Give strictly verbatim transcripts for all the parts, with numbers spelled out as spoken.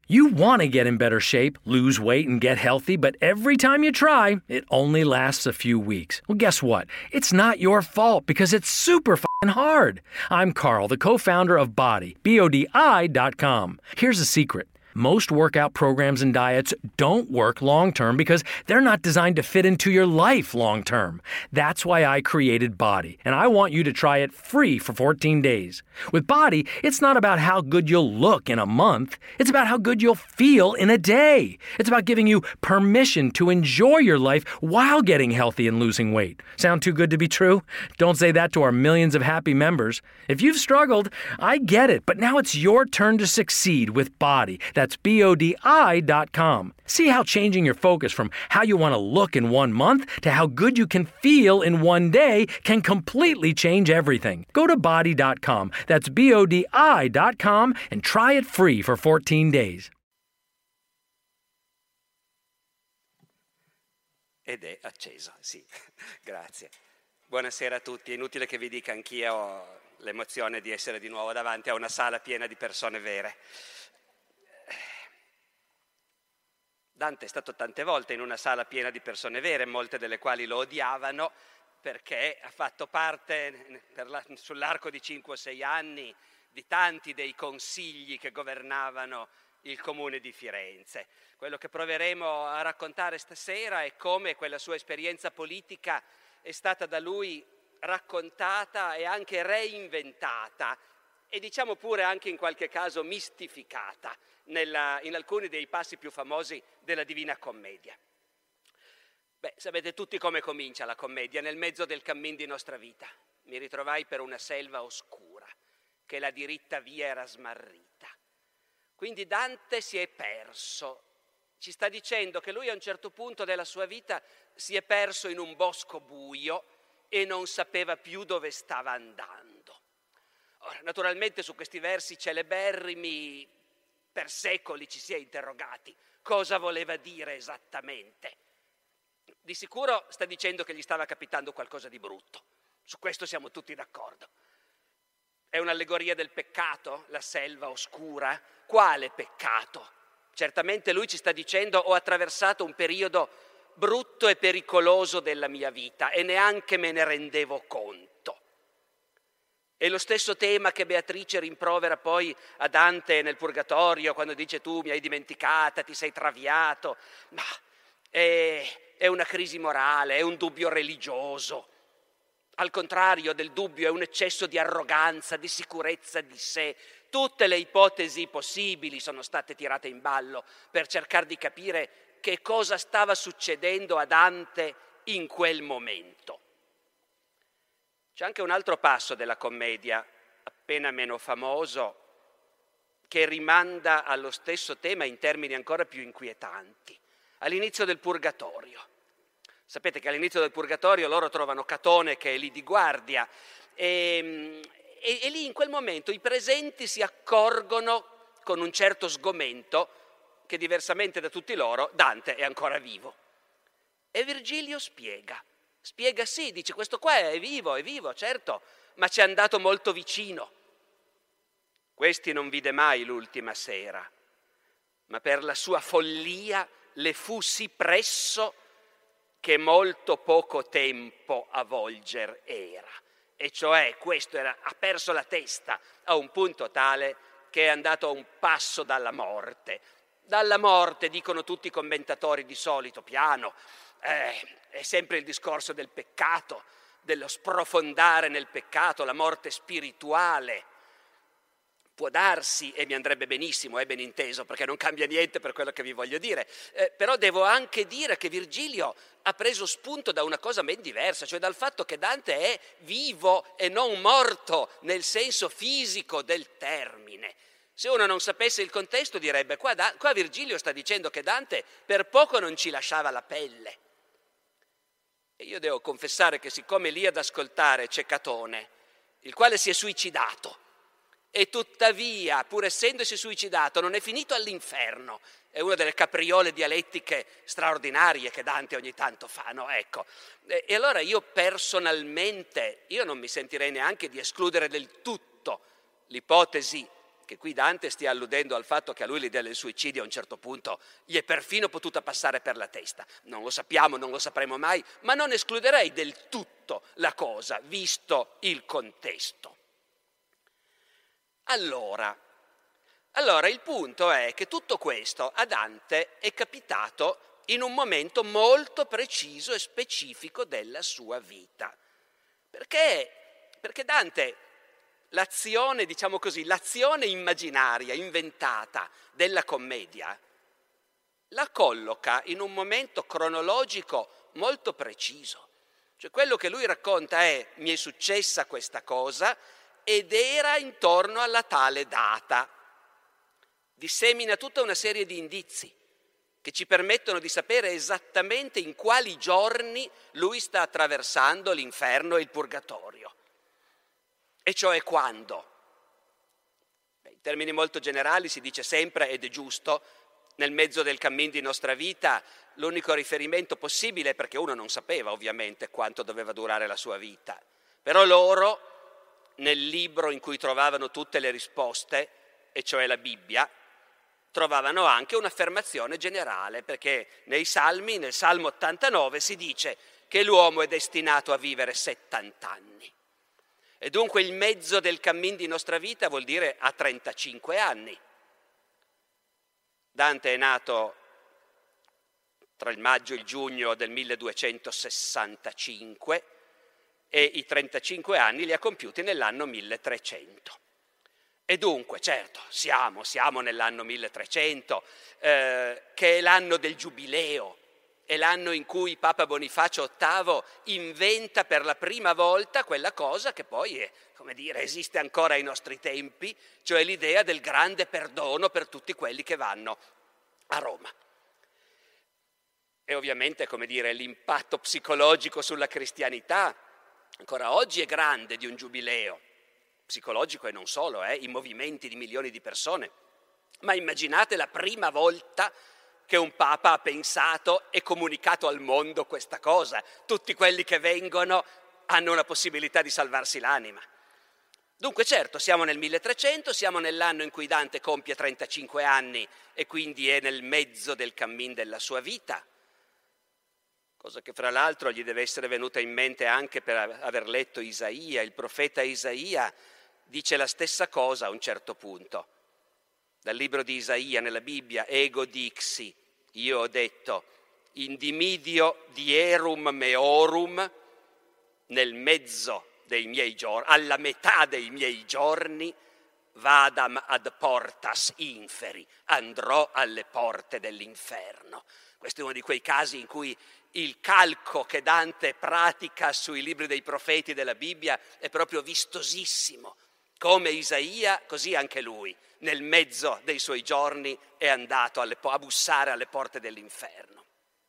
You want to get in better shape, lose weight, and get healthy, but every time you try, it only lasts a few weeks. Well, guess what? It's not your fault because it's super f***ing hard. I'm Carl, the co-founder of Body, B O D I dot com. Here's a secret. Most workout programs and diets don't work long-term because they're not designed to fit into your life long-term. That's why I created Body, and I want you to try it free for fourteen days. With Body, it's not about how good you'll look in a month. It's about how good you'll feel in a day. It's about giving you permission to enjoy your life while getting healthy and losing weight. Sound too good to be true? Don't say that to our millions of happy members. If you've struggled, I get it, but now it's your turn to succeed with Body. That's B O D I dot com. See how changing your focus from how you want to look in one month to how good you can feel in one day can completely change everything. Go to body dot com. That's B O D I dot com and try it free for fourteen days. Ed è acceso, sì, grazie. Buonasera a tutti, è inutile che vi dica, anch'io ho l'emozione di essere di nuovo davanti a una sala piena di persone vere. Dante è stato tante volte in una sala piena di persone vere, molte delle quali lo odiavano perché ha fatto parte, per la, sull'arco di cinque o sei anni, di tanti dei consigli che governavano il comune di Firenze. Quello che proveremo a raccontare stasera è come quella sua esperienza politica è stata da lui raccontata e anche reinventata e diciamo pure anche in qualche caso mistificata nella, in alcuni dei passi più famosi della Divina Commedia. Beh, sapete tutti come comincia la commedia, nel mezzo del cammin di nostra vita. Mi ritrovai per una selva oscura, che la diritta via era smarrita. Quindi Dante si è perso. Ci sta dicendo che lui a un certo punto della sua vita si è perso in un bosco buio e non sapeva più dove stava andando. Ora, naturalmente su questi versi celeberrimi per secoli ci si è interrogati. Cosa voleva dire esattamente? Di sicuro sta dicendo che gli stava capitando qualcosa di brutto. Su questo siamo tutti d'accordo. È un'allegoria del peccato, la selva oscura? Quale peccato? Certamente lui ci sta dicendo: ho attraversato un periodo brutto e pericoloso della mia vita e neanche me ne rendevo conto. È lo stesso tema che Beatrice rimprovera poi a Dante nel Purgatorio, quando dice: tu mi hai dimenticata, ti sei traviato. Ma è, è una crisi morale, è un dubbio religioso. Al contrario del dubbio è un eccesso di arroganza, di sicurezza di sé. Tutte le ipotesi possibili sono state tirate in ballo per cercare di capire che cosa stava succedendo a Dante in quel momento. C'è anche un altro passo della commedia, appena meno famoso, che rimanda allo stesso tema in termini ancora più inquietanti. All'inizio del Purgatorio. Sapete che all'inizio del Purgatorio loro trovano Catone che è lì di guardia e, e, e lì in quel momento i presenti si accorgono con un certo sgomento che diversamente da tutti loro Dante è ancora vivo. E Virgilio spiega, spiega sì, dice: questo qua è vivo, è vivo, certo, ma ci è andato molto vicino. Questi non vide mai l'ultima sera, ma per la sua follia le fu sì presso che molto poco tempo a volger era. E cioè questo era, ha perso la testa a un punto tale che è andato a un passo dalla morte. Dalla morte, dicono tutti i commentatori di solito piano, eh, è sempre il discorso del peccato, dello sprofondare nel peccato, la morte spirituale. Può darsi, e mi andrebbe benissimo, è ben inteso, perché non cambia niente per quello che vi voglio dire, eh, però devo anche dire che Virgilio ha preso spunto da una cosa ben diversa, cioè dal fatto che Dante è vivo e non morto nel senso fisico del termine. Se uno non sapesse il contesto direbbe: qua, da, qua Virgilio sta dicendo che Dante per poco non ci lasciava la pelle. E io devo confessare che siccome lì ad ascoltare c'è Catone, il quale si è suicidato, e tuttavia, pur essendosi suicidato, non è finito all'inferno. È una delle capriole dialettiche straordinarie che Dante ogni tanto fa, no? Ecco. E, e allora io personalmente, io non mi sentirei neanche di escludere del tutto l'ipotesi che qui Dante stia alludendo al fatto che a lui l'idea del suicidio a un certo punto gli è perfino potuta passare per la testa. Non lo sappiamo, non lo sapremo mai, ma non escluderei del tutto la cosa, visto il contesto. Allora, allora il punto è che tutto questo a Dante è capitato in un momento molto preciso e specifico della sua vita. Perché? Perché Dante, l'azione, diciamo così, l'azione immaginaria, inventata della commedia, la colloca in un momento cronologico molto preciso. Cioè quello che lui racconta è: mi è successa questa cosa ed era intorno alla tale data. Dissemina tutta una serie di indizi che ci permettono di sapere esattamente in quali giorni lui sta attraversando l'inferno e il purgatorio. E cioè quando? Beh, in termini molto generali si dice sempre, ed è giusto, nel mezzo del cammin di nostra vita l'unico riferimento possibile, perché uno non sapeva ovviamente quanto doveva durare la sua vita, però loro nel libro in cui trovavano tutte le risposte, e cioè la Bibbia, trovavano anche un'affermazione generale, perché nei Salmi, nel Salmo ottantanove, si dice che l'uomo è destinato a vivere settanta anni. E dunque il mezzo del cammin di nostra vita vuol dire a trentacinque anni. Dante è nato tra il maggio e il giugno del milleduecentosessantacinque e i trentacinque anni li ha compiuti nell'anno milletrecento. E dunque, certo, siamo, siamo nell'anno milletrecento, eh, che è l'anno del Giubileo, è l'anno in cui Papa Bonifacio ottavo inventa per la prima volta quella cosa che poi è, come dire, esiste ancora ai nostri tempi, cioè l'idea del grande perdono per tutti quelli che vanno a Roma. E ovviamente, come dire, l'impatto psicologico sulla cristianità ancora oggi è grande di un giubileo, psicologico e non solo, eh, i movimenti di milioni di persone. Ma immaginate la prima volta che un Papa ha pensato e comunicato al mondo questa cosa. Tutti quelli che vengono hanno una possibilità di salvarsi l'anima. Dunque certo, siamo nel milletrecento, siamo nell'anno in cui Dante compie trentacinque anni e quindi è nel mezzo del cammin della sua vita, cosa che fra l'altro gli deve essere venuta in mente anche per aver letto Isaia. Il profeta Isaia dice la stessa cosa a un certo punto. Dal libro di Isaia nella Bibbia, ego dixi, io ho detto, in dimidio dierum meorum, nel mezzo dei miei giorni, alla metà dei miei giorni, vadam ad portas inferi, andrò alle porte dell'inferno. Questo è uno di quei casi in cui il calco che Dante pratica sui libri dei profeti della Bibbia è proprio vistosissimo. Come Isaia, così anche lui, nel mezzo dei suoi giorni, è andato alle, a bussare alle porte dell'inferno.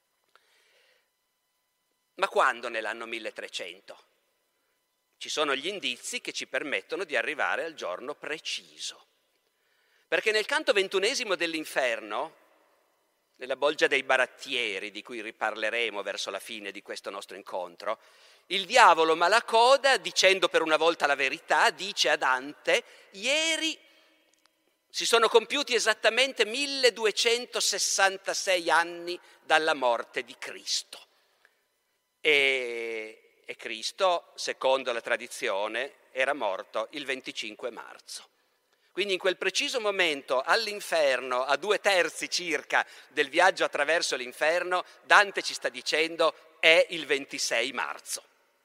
Ma quando nell'anno milletrecento? Ci sono gli indizi che ci permettono di arrivare al giorno preciso. Perché nel canto ventunesimo dell'inferno, nella bolgia dei barattieri, di cui riparleremo verso la fine di questo nostro incontro, il diavolo malacoda, dicendo per una volta la verità, dice a Dante: ieri si sono compiuti esattamente milleduecentosessantasei anni dalla morte di Cristo. E, e Cristo, secondo la tradizione, era morto il venticinque marzo. Quindi in quel preciso momento, all'inferno, a due terzi circa del viaggio attraverso l'inferno, Dante ci sta dicendo è il ventisei marzo.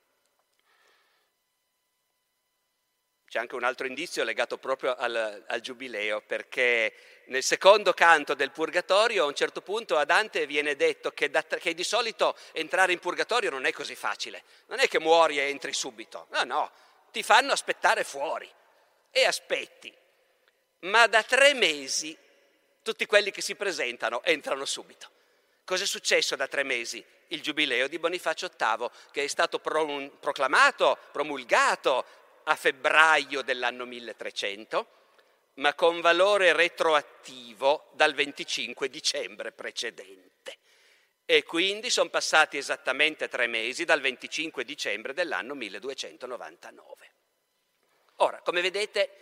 C'è anche un altro indizio legato proprio al, al Giubileo, perché nel secondo canto del Purgatorio a un certo punto a Dante viene detto che, da, che di solito entrare in Purgatorio non è così facile, non è che muori e entri subito, no, no, ti fanno aspettare fuori e aspetti, ma da tre mesi tutti quelli che si presentano entrano subito. Cos'è successo da tre mesi? Il Giubileo di Bonifacio ottavo, che è stato pro, proclamato, promulgato a febbraio dell'anno milletrecento, ma con valore retroattivo dal venticinque dicembre precedente. E quindi sono passati esattamente tre mesi dal venticinque dicembre dell'anno milleduecentonovantanove. Ora, come vedete,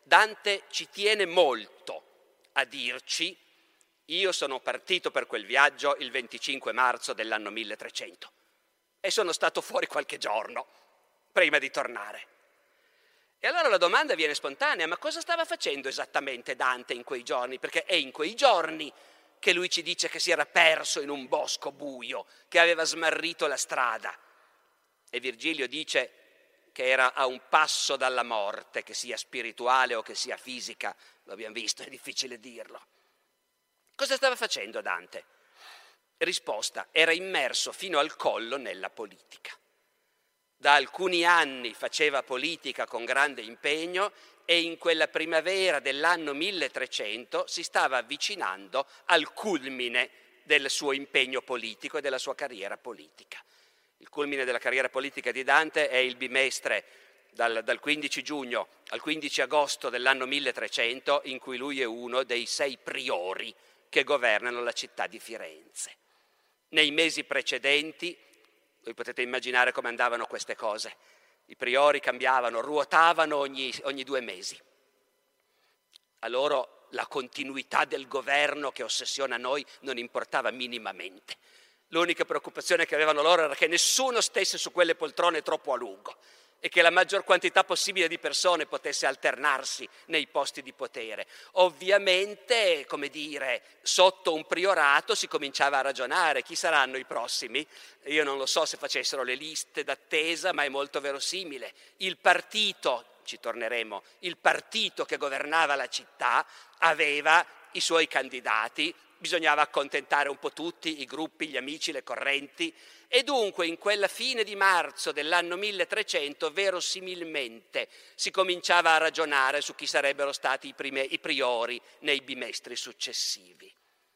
Dante ci tiene molto a dirci: io sono partito per quel viaggio il venticinque marzo dell'anno milletrecento e sono stato fuori qualche giorno prima di tornare. E allora la domanda viene spontanea: ma cosa stava facendo esattamente Dante in quei giorni? Perché è in quei giorni che lui ci dice che si era perso in un bosco buio, che aveva smarrito la strada. E Virgilio dice che era a un passo dalla morte, che sia spirituale o che sia fisica, lo abbiamo visto, è difficile dirlo. Cosa stava facendo Dante? Risposta: era immerso fino al collo nella politica. Da alcuni anni faceva politica con grande impegno e in quella primavera dell'anno milletrecento si stava avvicinando al culmine del suo impegno politico e della sua carriera politica. Il culmine della carriera politica di Dante è il bimestre dal, dal quindici giugno al quindici agosto dell'anno milletrecento, in cui lui è uno dei sei priori che governano la città di Firenze. Nei mesi precedenti, voi potete immaginare come andavano queste cose, i priori cambiavano, ruotavano ogni, ogni due mesi. A loro la continuità del governo che ossessiona noi non importava minimamente. L'unica preoccupazione che avevano loro era che nessuno stesse su quelle poltrone troppo a lungo e che la maggior quantità possibile di persone potesse alternarsi nei posti di potere. Ovviamente, come dire, sotto un priorato si cominciava a ragionare: chi saranno i prossimi? Io non lo so se facessero le liste d'attesa, ma è molto verosimile. Il partito, ci torneremo, il partito che governava la città aveva i suoi candidati, bisognava accontentare un po' tutti, i gruppi, gli amici, le correnti, e dunque in quella fine di marzo dell'anno milletrecento verosimilmente si cominciava a ragionare su chi sarebbero stati i, prime, i priori nei bimestri successivi.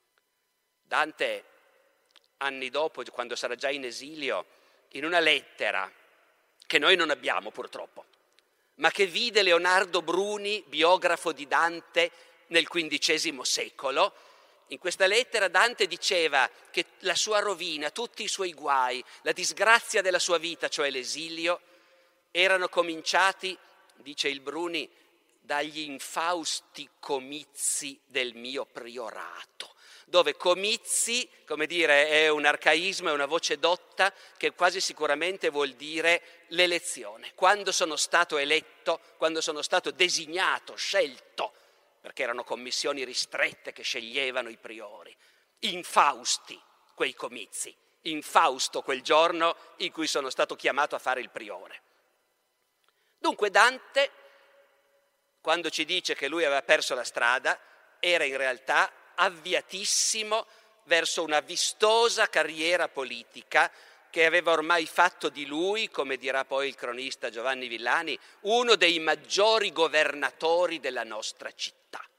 Dante, anni dopo, quando sarà già in esilio, in una lettera che noi non abbiamo purtroppo, ma che vide Leonardo Bruni, biografo di Dante nel quindicesimo secolo, in questa lettera Dante diceva che la sua rovina, tutti i suoi guai, la disgrazia della sua vita, cioè l'esilio, erano cominciati, dice il Bruni, dagli infausti comizi del mio priorato, dove comizi, come dire, è un arcaismo, è una voce dotta che quasi sicuramente vuol dire l'elezione. Quando sono stato eletto, quando sono stato designato, scelto, perché erano commissioni ristrette che sceglievano i priori. Infausti quei comizi, infausto quel giorno in cui sono stato chiamato a fare il priore. Dunque Dante, quando ci dice che lui aveva perso la strada, era in realtà avviatissimo verso una vistosa carriera politica che aveva ormai fatto di lui, come dirà poi il cronista Giovanni Villani, uno dei maggiori governatori della nostra città.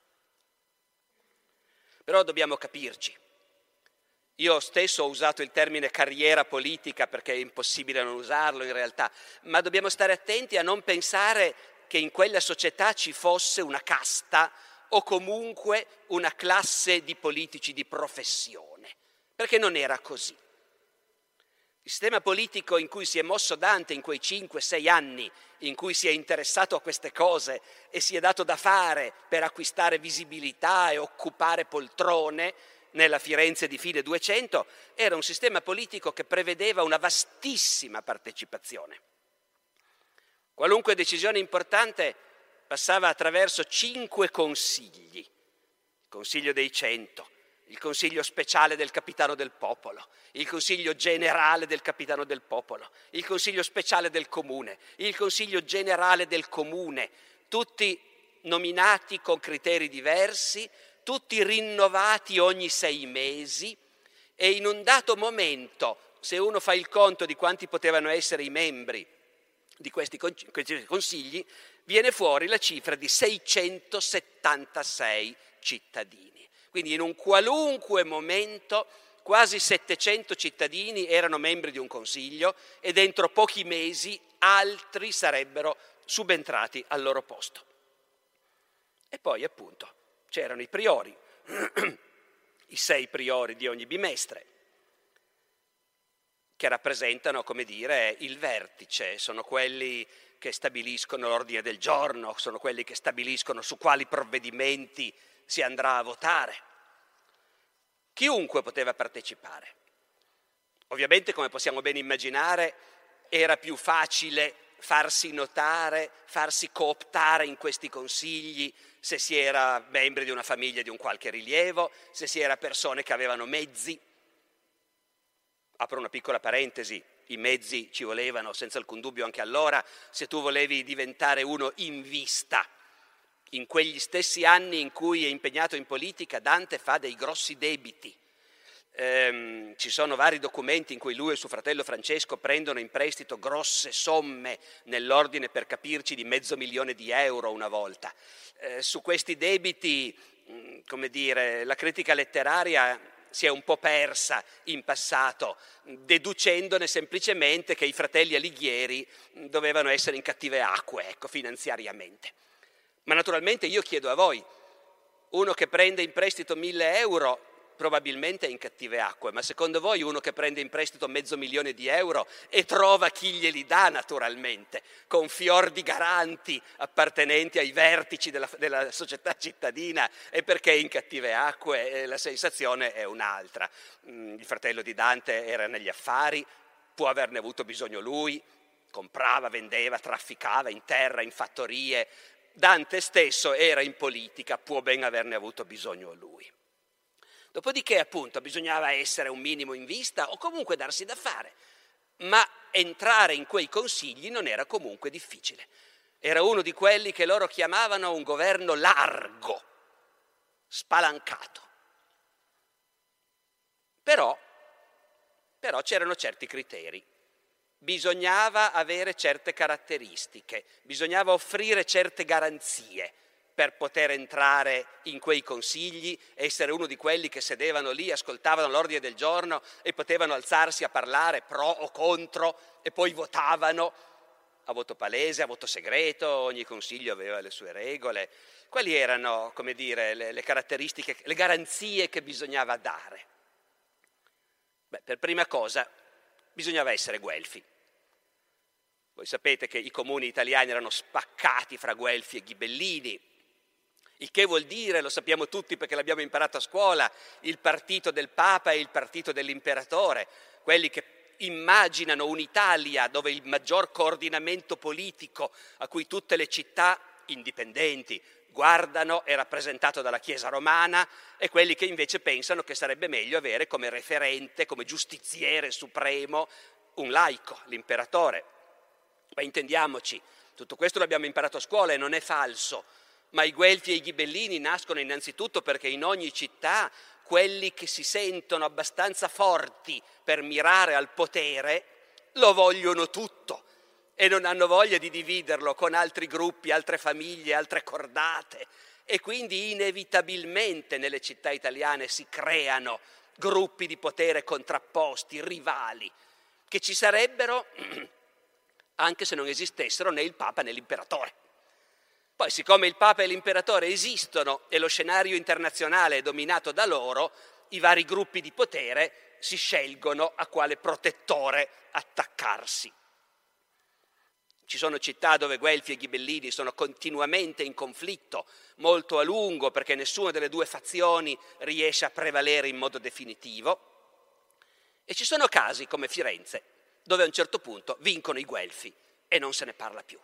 Però dobbiamo capirci. Io stesso ho usato il termine carriera politica perché è impossibile non usarlo in realtà, ma dobbiamo stare attenti a non pensare che in quella società ci fosse una casta o comunque una classe di politici di professione, perché non era così. Il sistema politico in cui si è mosso Dante in quei cinque sei anni, in cui si è interessato a queste cose e si è dato da fare per acquistare visibilità e occupare poltrone nella Firenze di fine duecento, era un sistema politico che prevedeva una vastissima partecipazione. Qualunque decisione importante passava attraverso cinque consigli: il Consiglio dei Cento, il Consiglio speciale del Capitano del Popolo, il Consiglio generale del Capitano del Popolo, il Consiglio speciale del Comune, il Consiglio generale del Comune, tutti nominati con criteri diversi, tutti rinnovati ogni sei mesi, e in un dato momento, se uno fa il conto di quanti potevano essere i membri di questi consigli, viene fuori la cifra di seicentosettantasei cittadini. Quindi in un qualunque momento quasi settecento cittadini erano membri di un consiglio e dentro pochi mesi altri sarebbero subentrati al loro posto. E poi appunto c'erano i priori, i sei priori di ogni bimestre. che rappresentano, come dire, il vertice, sono quelli che stabiliscono l'ordine del giorno, sono quelli che stabiliscono su quali provvedimenti si andrà a votare. Chiunque poteva partecipare. Ovviamente, come possiamo ben immaginare, era più facile farsi notare, farsi cooptare in questi consigli se si era membri di una famiglia di un qualche rilievo, se si era persone che avevano mezzi. Apro una piccola parentesi, i mezzi ci volevano senza alcun dubbio anche allora, se tu volevi diventare uno in vista. In quegli stessi anni in cui è impegnato in politica, Dante fa dei grossi debiti. Ehm, ci sono vari documenti in cui lui e suo fratello Francesco prendono in prestito grosse somme, nell'ordine, per capirci, di mezzo milione di euro una volta. Eh, su questi debiti, mh, come dire, la critica letteraria si è un po' persa in passato, deducendone semplicemente che i fratelli Alighieri dovevano essere in cattive acque, ecco, finanziariamente. Ma naturalmente io chiedo a voi, uno che prende in prestito mille euro probabilmente è in cattive acque, ma secondo voi uno che prende in prestito mezzo milione di euro e trova chi glieli dà naturalmente, con fior di garanti appartenenti ai vertici della, della società cittadina, e perché è in cattive acque? Eh, la sensazione è un'altra. Mm, il fratello di Dante era negli affari, può averne avuto bisogno lui, comprava, vendeva, trafficava in terra, in fattorie. Dante stesso era in politica, può ben averne avuto bisogno lui. Dopodiché, appunto, bisognava essere un minimo in vista o comunque darsi da fare, ma entrare in quei consigli non era comunque difficile. Era uno di quelli che loro chiamavano un governo largo, spalancato. Però, però c'erano certi criteri. Bisognava avere certe caratteristiche, bisognava offrire certe garanzie per poter entrare in quei consigli, essere uno di quelli che sedevano lì, ascoltavano l'ordine del giorno e potevano alzarsi a parlare pro o contro e poi votavano a voto palese, a voto segreto, ogni consiglio aveva le sue regole. Quali erano, come dire, le, le caratteristiche, le garanzie che bisognava dare? Beh, per prima cosa bisognava essere guelfi. Voi sapete che i comuni italiani erano spaccati fra guelfi e ghibellini, il che vuol dire, lo sappiamo tutti perché l'abbiamo imparato a scuola, il partito del Papa e il partito dell'imperatore, quelli che immaginano un'Italia dove il maggior coordinamento politico a cui tutte le città indipendenti guardano è rappresentato dalla Chiesa romana, e quelli che invece pensano che sarebbe meglio avere come referente, come giustiziere supremo, un laico, l'imperatore. Ma intendiamoci, tutto questo l'abbiamo imparato a scuola e non è falso. Ma i guelfi e i ghibellini nascono innanzitutto perché in ogni città quelli che si sentono abbastanza forti per mirare al potere lo vogliono tutto e non hanno voglia di dividerlo con altri gruppi, altre famiglie, altre cordate, e quindi inevitabilmente nelle città italiane si creano gruppi di potere contrapposti, rivali, che ci sarebbero anche se non esistessero né il Papa né l'imperatore. Poi, siccome il Papa e l'imperatore esistono e lo scenario internazionale è dominato da loro, i vari gruppi di potere si scelgono a quale protettore attaccarsi. Ci sono città dove guelfi e ghibellini sono continuamente in conflitto, molto a lungo, perché nessuna delle due fazioni riesce a prevalere in modo definitivo. E ci sono casi, come Firenze, dove a un certo punto vincono i guelfi e non se ne parla più.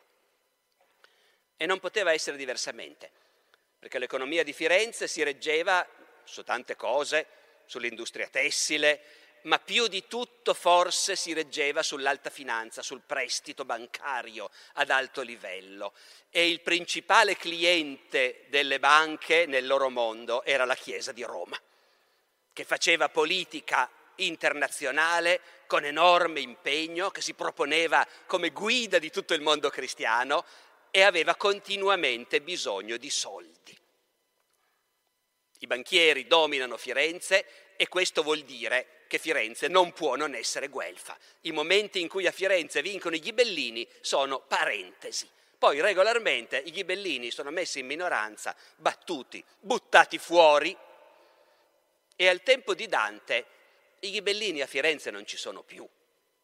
E non poteva essere diversamente, perché l'economia di Firenze si reggeva su tante cose, sull'industria tessile, ma più di tutto forse si reggeva sull'alta finanza, sul prestito bancario ad alto livello. E il principale cliente delle banche nel loro mondo era la Chiesa di Roma, che faceva politica internazionale con enorme impegno, che si proponeva come guida di tutto il mondo cristiano e aveva continuamente bisogno di soldi. I banchieri dominano Firenze e questo vuol dire che Firenze non può non essere guelfa. I momenti in cui a Firenze vincono i ghibellini sono parentesi. Poi regolarmente i ghibellini sono messi in minoranza, battuti, buttati fuori, e al tempo di Dante i ghibellini a Firenze non ci sono più.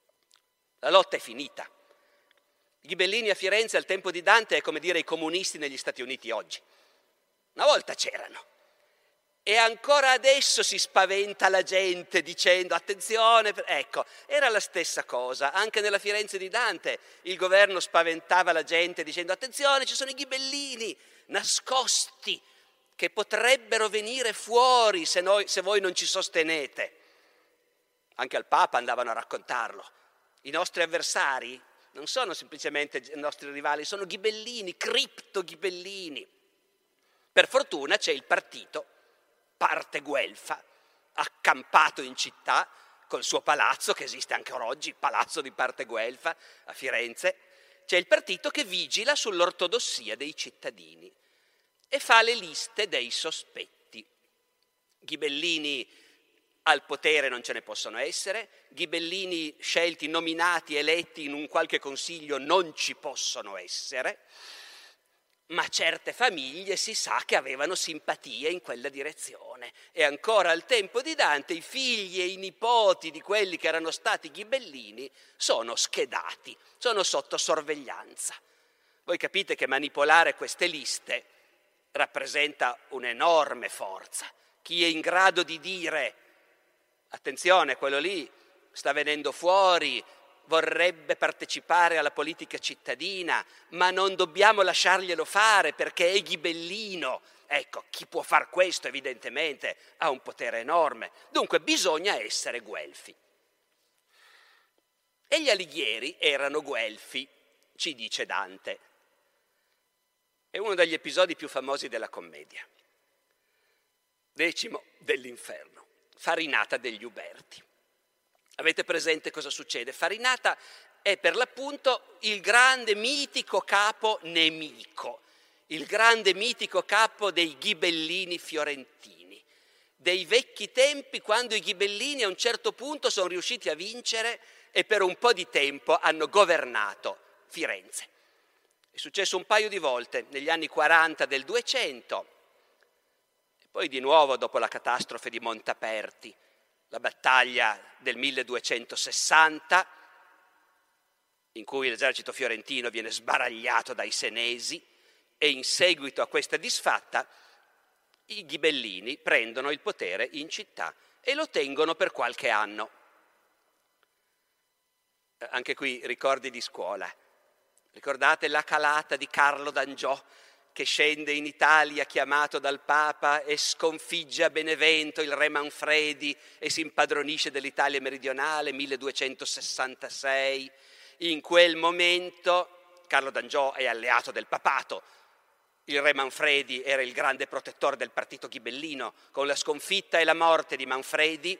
La lotta è finita. I ghibellini a Firenze al tempo di Dante è come dire i comunisti negli Stati Uniti oggi. Una volta c'erano. E ancora adesso si spaventa la gente dicendo attenzione, ecco, era la stessa cosa, anche nella Firenze di Dante il governo spaventava la gente dicendo attenzione, ci sono i ghibellini nascosti che potrebbero venire fuori se, noi, se voi non ci sostenete. Anche al Papa andavano a raccontarlo. I nostri avversari non sono semplicemente i nostri rivali, sono ghibellini, cripto-ghibellini. Per fortuna c'è il partito parte guelfa, accampato in città col suo palazzo, che esiste ancora oggi, il palazzo di parte guelfa a Firenze. C'è il partito che vigila sull'ortodossia dei cittadini e fa le liste dei sospetti. Ghibellini al potere non ce ne possono essere, ghibellini scelti, nominati, eletti in un qualche consiglio non ci possono essere, ma certe famiglie si sa che avevano simpatie in quella direzione e ancora al tempo di Dante i figli e i nipoti di quelli che erano stati ghibellini sono schedati, sono sotto sorveglianza. Voi capite che manipolare queste liste rappresenta un'enorme forza. Chi è in grado di dire attenzione, quello lì sta venendo fuori, vorrebbe partecipare alla politica cittadina, ma non dobbiamo lasciarglielo fare perché è ghibellino. Ecco, chi può far questo evidentemente ha un potere enorme. Dunque bisogna essere guelfi. E gli Alighieri erano guelfi, ci dice Dante. È uno degli episodi più famosi della commedia. Decimo dell'inferno, Farinata degli Uberti. Avete presente cosa succede? Farinata è per l'appunto il grande mitico capo nemico, il grande mitico capo dei ghibellini fiorentini, dei vecchi tempi quando i ghibellini a un certo punto sono riusciti a vincere e per un po' di tempo hanno governato Firenze. È successo un paio di volte, negli anni quaranta del duecento, e poi di nuovo dopo la catastrofe di Montaperti, la battaglia del milleduecentosessanta, in cui l'esercito fiorentino viene sbaragliato dai senesi e in seguito a questa disfatta i ghibellini prendono il potere in città e lo tengono per qualche anno. Anche qui ricordi di scuola. Ricordate la calata di Carlo d'Angiò che scende in Italia chiamato dal Papa e sconfigge a Benevento il re Manfredi e si impadronisce dell'Italia meridionale, milleduecentosessantasei. In quel momento Carlo d'Angiò è alleato del papato, il re Manfredi era il grande protettore del partito ghibellino. Con la sconfitta e la morte di Manfredi,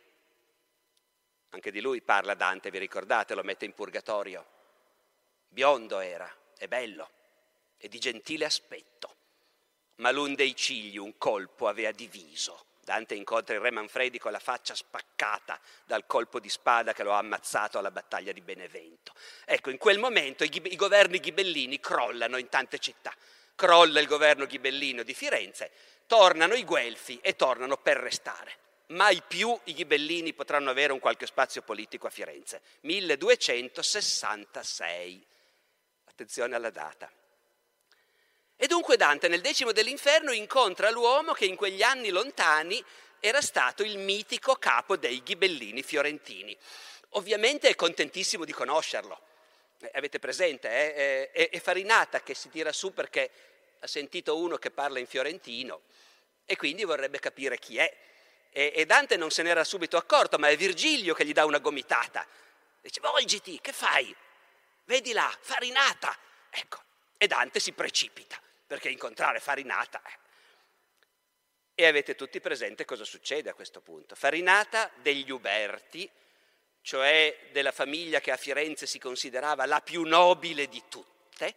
anche di lui parla Dante, vi ricordate, lo mette in purgatorio. Biondo era, e bello, e di gentile aspetto, ma l'un dei cigli un colpo aveva diviso. Dante incontra il re Manfredi con la faccia spaccata dal colpo di spada che lo ha ammazzato alla battaglia di Benevento. Ecco, in quel momento i, i governi ghibellini crollano in tante città. Crolla il governo ghibellino di Firenze, tornano i guelfi e tornano per restare. Mai più i ghibellini potranno avere un qualche spazio politico a Firenze. milleduecentosessantasei. Attenzione alla data. E dunque Dante nel Decimo dell'Inferno incontra l'uomo che in quegli anni lontani era stato il mitico capo dei ghibellini fiorentini. Ovviamente è contentissimo di conoscerlo. Eh, avete presente, eh? È, è Farinata che si tira su perché ha sentito uno che parla in fiorentino e quindi vorrebbe capire chi è. E, e Dante non se n'era subito accorto, ma è Virgilio che gli dà una gomitata. Dice, volgiti, che fai? Vedi là, Farinata. Ecco, e Dante si precipita, perché incontrare Farinata. Eh. E avete tutti presente cosa succede a questo punto. Farinata degli Uberti, cioè della famiglia che a Firenze si considerava la più nobile di tutte.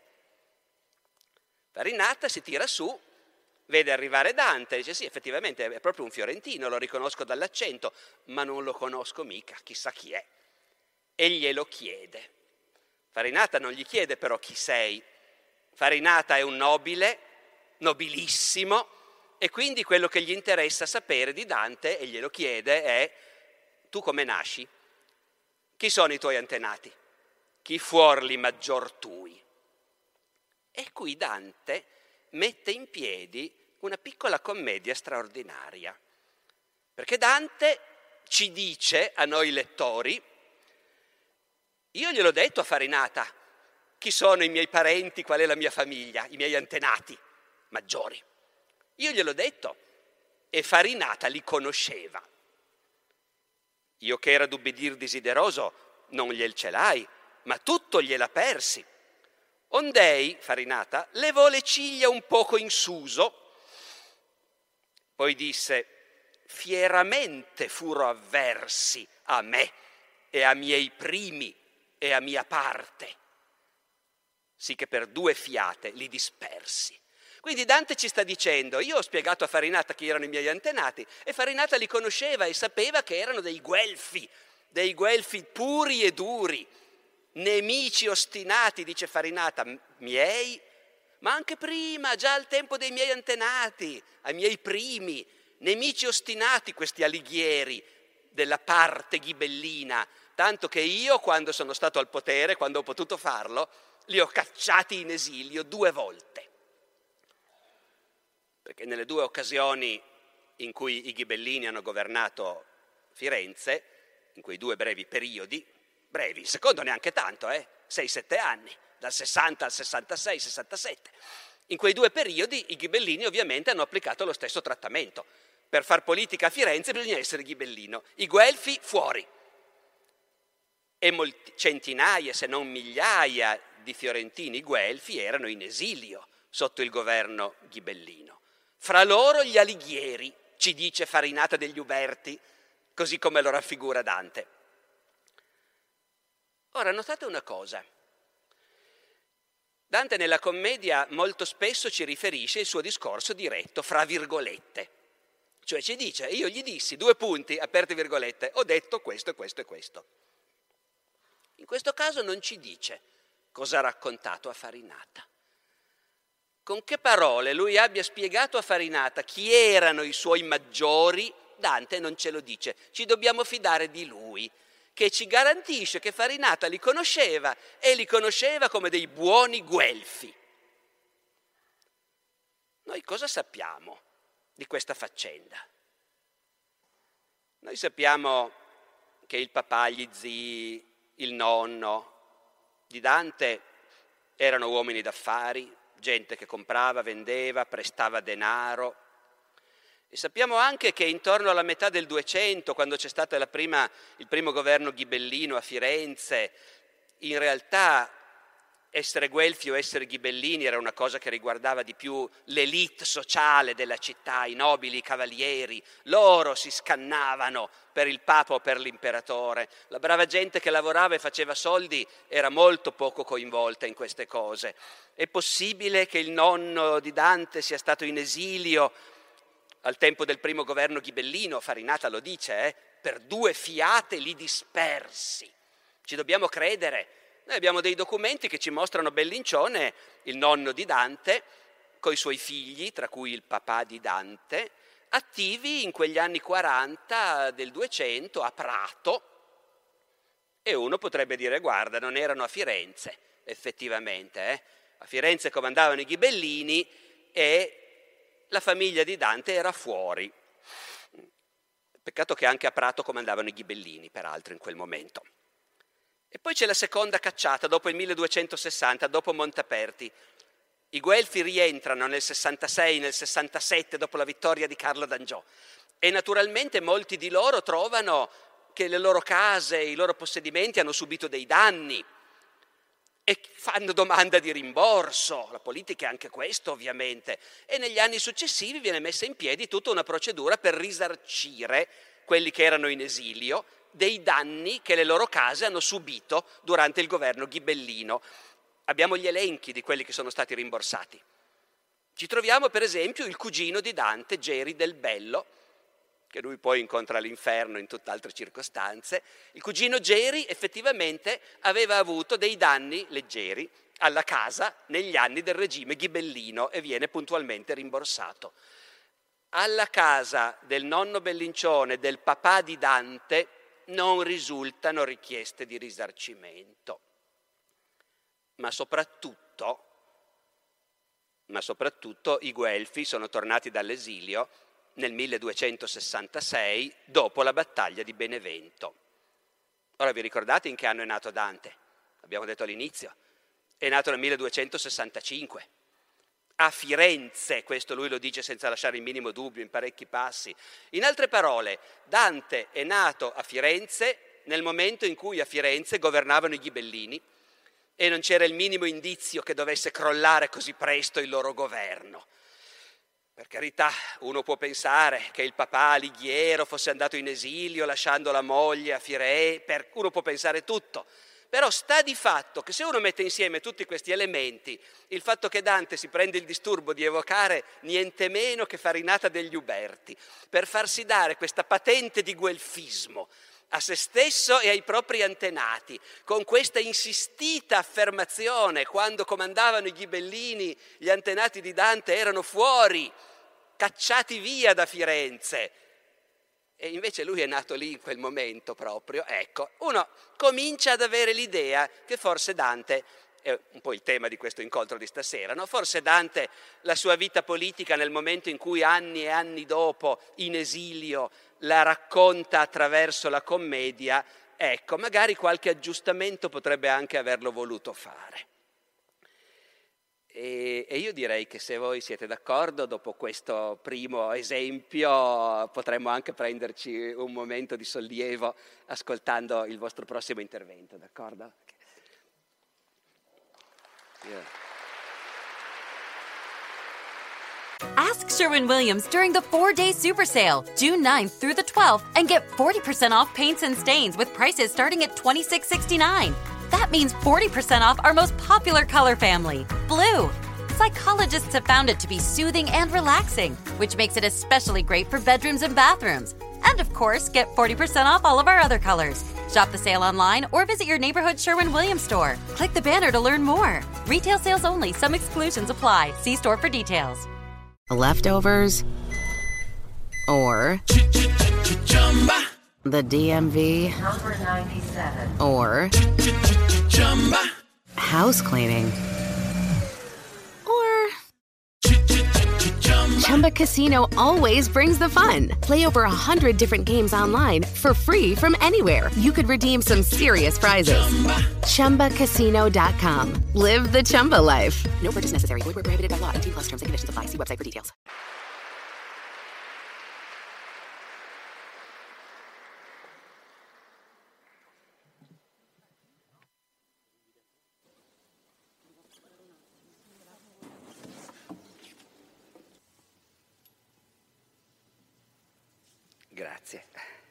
Farinata si tira su, vede arrivare Dante, dice sì, effettivamente è proprio un fiorentino, lo riconosco dall'accento, ma non lo conosco mica, chissà chi è. E glielo chiede. Farinata non gli chiede però chi sei. Farinata è un nobile, nobilissimo, e quindi quello che gli interessa sapere di Dante, e glielo chiede, è tu come nasci? Chi sono i tuoi antenati? chi fuor li maggior tui. E qui Dante mette in piedi una piccola commedia straordinaria, perché Dante ci dice a noi lettori: io gliel'ho detto a Farinata chi sono i miei parenti, qual è la mia famiglia, i miei antenati maggiori. Io gliel'ho detto e Farinata li conosceva. Io che era d'ubbidir desideroso non gliel celai, ma tutto gliela persi. Ondei, Farinata, levò le ciglia un poco in suso, poi disse: fieramente furo avversi a me e a miei primi e a mia parte, sì che per due fiate li dispersi. Quindi Dante ci sta dicendo: io ho spiegato a Farinata chi erano i miei antenati e Farinata li conosceva e sapeva che erano dei guelfi, dei guelfi puri e duri, nemici ostinati, dice Farinata, miei, ma anche prima, già al tempo dei miei antenati, ai miei primi, nemici ostinati questi alighieri della parte ghibellina, tanto che io, quando sono stato al potere, quando ho potuto farlo, li ho cacciati in esilio due volte. Perché nelle due occasioni in cui i ghibellini hanno governato Firenze, in quei due brevi periodi, brevi, il secondo neanche tanto, eh, sei sette anni, dal sessanta al sessantasei sessantasette, in quei due periodi i ghibellini ovviamente hanno applicato lo stesso trattamento. Per far politica a Firenze bisogna essere ghibellino, i guelfi fuori. E molti, centinaia, se non migliaia di fiorentini guelfi erano in esilio sotto il governo ghibellino. Fra loro gli alighieri, ci dice Farinata degli Uberti, così come lo raffigura Dante. Ora, notate una cosa. Dante nella commedia molto spesso ci riferisce il suo discorso diretto, fra virgolette. Cioè ci dice: io gli dissi, due punti, aperte virgolette, ho detto questo e questo e questo. In questo caso non ci dice cosa ha raccontato a Farinata. Con che parole lui abbia spiegato a Farinata chi erano i suoi maggiori, Dante non ce lo dice. Ci dobbiamo fidare di lui, che ci garantisce che Farinata li conosceva e li conosceva come dei buoni guelfi. Noi cosa sappiamo di questa faccenda? Noi sappiamo che il papà, gli zii, il nonno di Dante erano uomini d'affari, gente che comprava, vendeva, prestava denaro. E sappiamo anche che intorno alla metà del duecento, quando c'è stato la prima, il primo governo ghibellino a Firenze, in realtà essere guelfi o essere ghibellini era una cosa che riguardava di più l'élite sociale della città, i nobili, i cavalieri. Loro si scannavano per il papa o per l'imperatore. La brava gente che lavorava e faceva soldi era molto poco coinvolta in queste cose. È possibile che il nonno di Dante sia stato in esilio al tempo del primo governo ghibellino? Farinata lo dice, eh? Per due fiate li dispersi. Ci dobbiamo credere. Noi abbiamo dei documenti che ci mostrano Bellincione, il nonno di Dante, coi suoi figli, tra cui il papà di Dante, attivi in quegli anni quaranta del duecento a Prato. E uno potrebbe dire: guarda, non erano a Firenze, effettivamente. Eh? A Firenze comandavano i ghibellini e la famiglia di Dante era fuori. Peccato che anche a Prato comandavano i ghibellini, peraltro, in quel momento. E poi c'è la seconda cacciata, dopo il milleduecentosessanta, dopo Montaperti. I Guelfi rientrano nel sessantasei, nel sessantasette, dopo la vittoria di Carlo d'Angiò. E naturalmente molti di loro trovano che le loro case, i loro possedimenti hanno subito dei danni e fanno domanda di rimborso. La politica è anche questo, ovviamente. E negli anni successivi viene messa in piedi tutta una procedura per risarcire quelli che erano in esilio dei danni che le loro case hanno subito durante il governo ghibellino. Abbiamo gli elenchi di quelli che sono stati rimborsati. Ci troviamo per esempio il cugino di Dante, Geri del Bello, che lui poi incontra all'inferno in tutt'altre circostanze. Il cugino Geri effettivamente aveva avuto dei danni leggeri alla casa negli anni del regime ghibellino e viene puntualmente rimborsato. Alla casa del nonno Bellincione, del papà di Dante, non risultano richieste di risarcimento. ma soprattutto, ma soprattutto i Guelfi sono tornati dall'esilio nel milleduecentosessantasei dopo la battaglia di Benevento. Ora vi ricordate in che anno è nato Dante? Abbiamo detto all'inizio, è nato nel milleduecentosessantacinque. A Firenze, questo lui lo dice senza lasciare il minimo dubbio in parecchi passi. In altre parole, Dante è nato a Firenze nel momento in cui a Firenze governavano i Ghibellini e non c'era il minimo indizio che dovesse crollare così presto il loro governo. Per carità, uno può pensare che il papà Alighiero fosse andato in esilio lasciando la moglie a Firenze, per... uno può pensare tutto. Però sta di fatto che se uno mette insieme tutti questi elementi, il fatto che Dante si prende il disturbo di evocare niente meno che Farinata degli Uberti, per farsi dare questa patente di guelfismo a se stesso e ai propri antenati, con questa insistita affermazione, quando comandavano i Ghibellini, gli antenati di Dante erano fuori, cacciati via da Firenze, e invece lui è nato lì in quel momento proprio, ecco, uno comincia ad avere l'idea che forse Dante, è un po' il tema di questo incontro di stasera, no? Forse Dante, la sua vita politica nel momento in cui anni e anni dopo, in esilio, la racconta attraverso la commedia, ecco, magari qualche aggiustamento potrebbe anche averlo voluto fare. E, e io direi che se voi siete d'accordo, dopo questo primo esempio, potremmo anche prenderci un momento di sollievo ascoltando il vostro prossimo intervento, d'accordo? Yeah. Ask Sherwin-Williams during the four-day super sale, June ninth through the twelfth, and get forty percent off paints and stains with prices starting at twenty-six sixty-nine. That means forty percent off our most popular color family, blue. Psychologists have found it to be soothing and relaxing, which makes it especially great for bedrooms and bathrooms. And of course, get forty percent off all of our other colors. Shop the sale online or visit your neighborhood Sherwin-Williams store. Click the banner to learn more. Retail sales only. Some exclusions apply. See store for details. Leftovers or the D M V Number ninety-seven. or house cleaning or Chumba Casino always brings the fun. Play over a hundred different games online for free from anywhere. You could redeem some serious prizes. Chumba Casino dot com. Live the Chumba life. No purchase necessary. Void where prohibited by law. eighteen plus terms and conditions apply. See website for details. Grazie.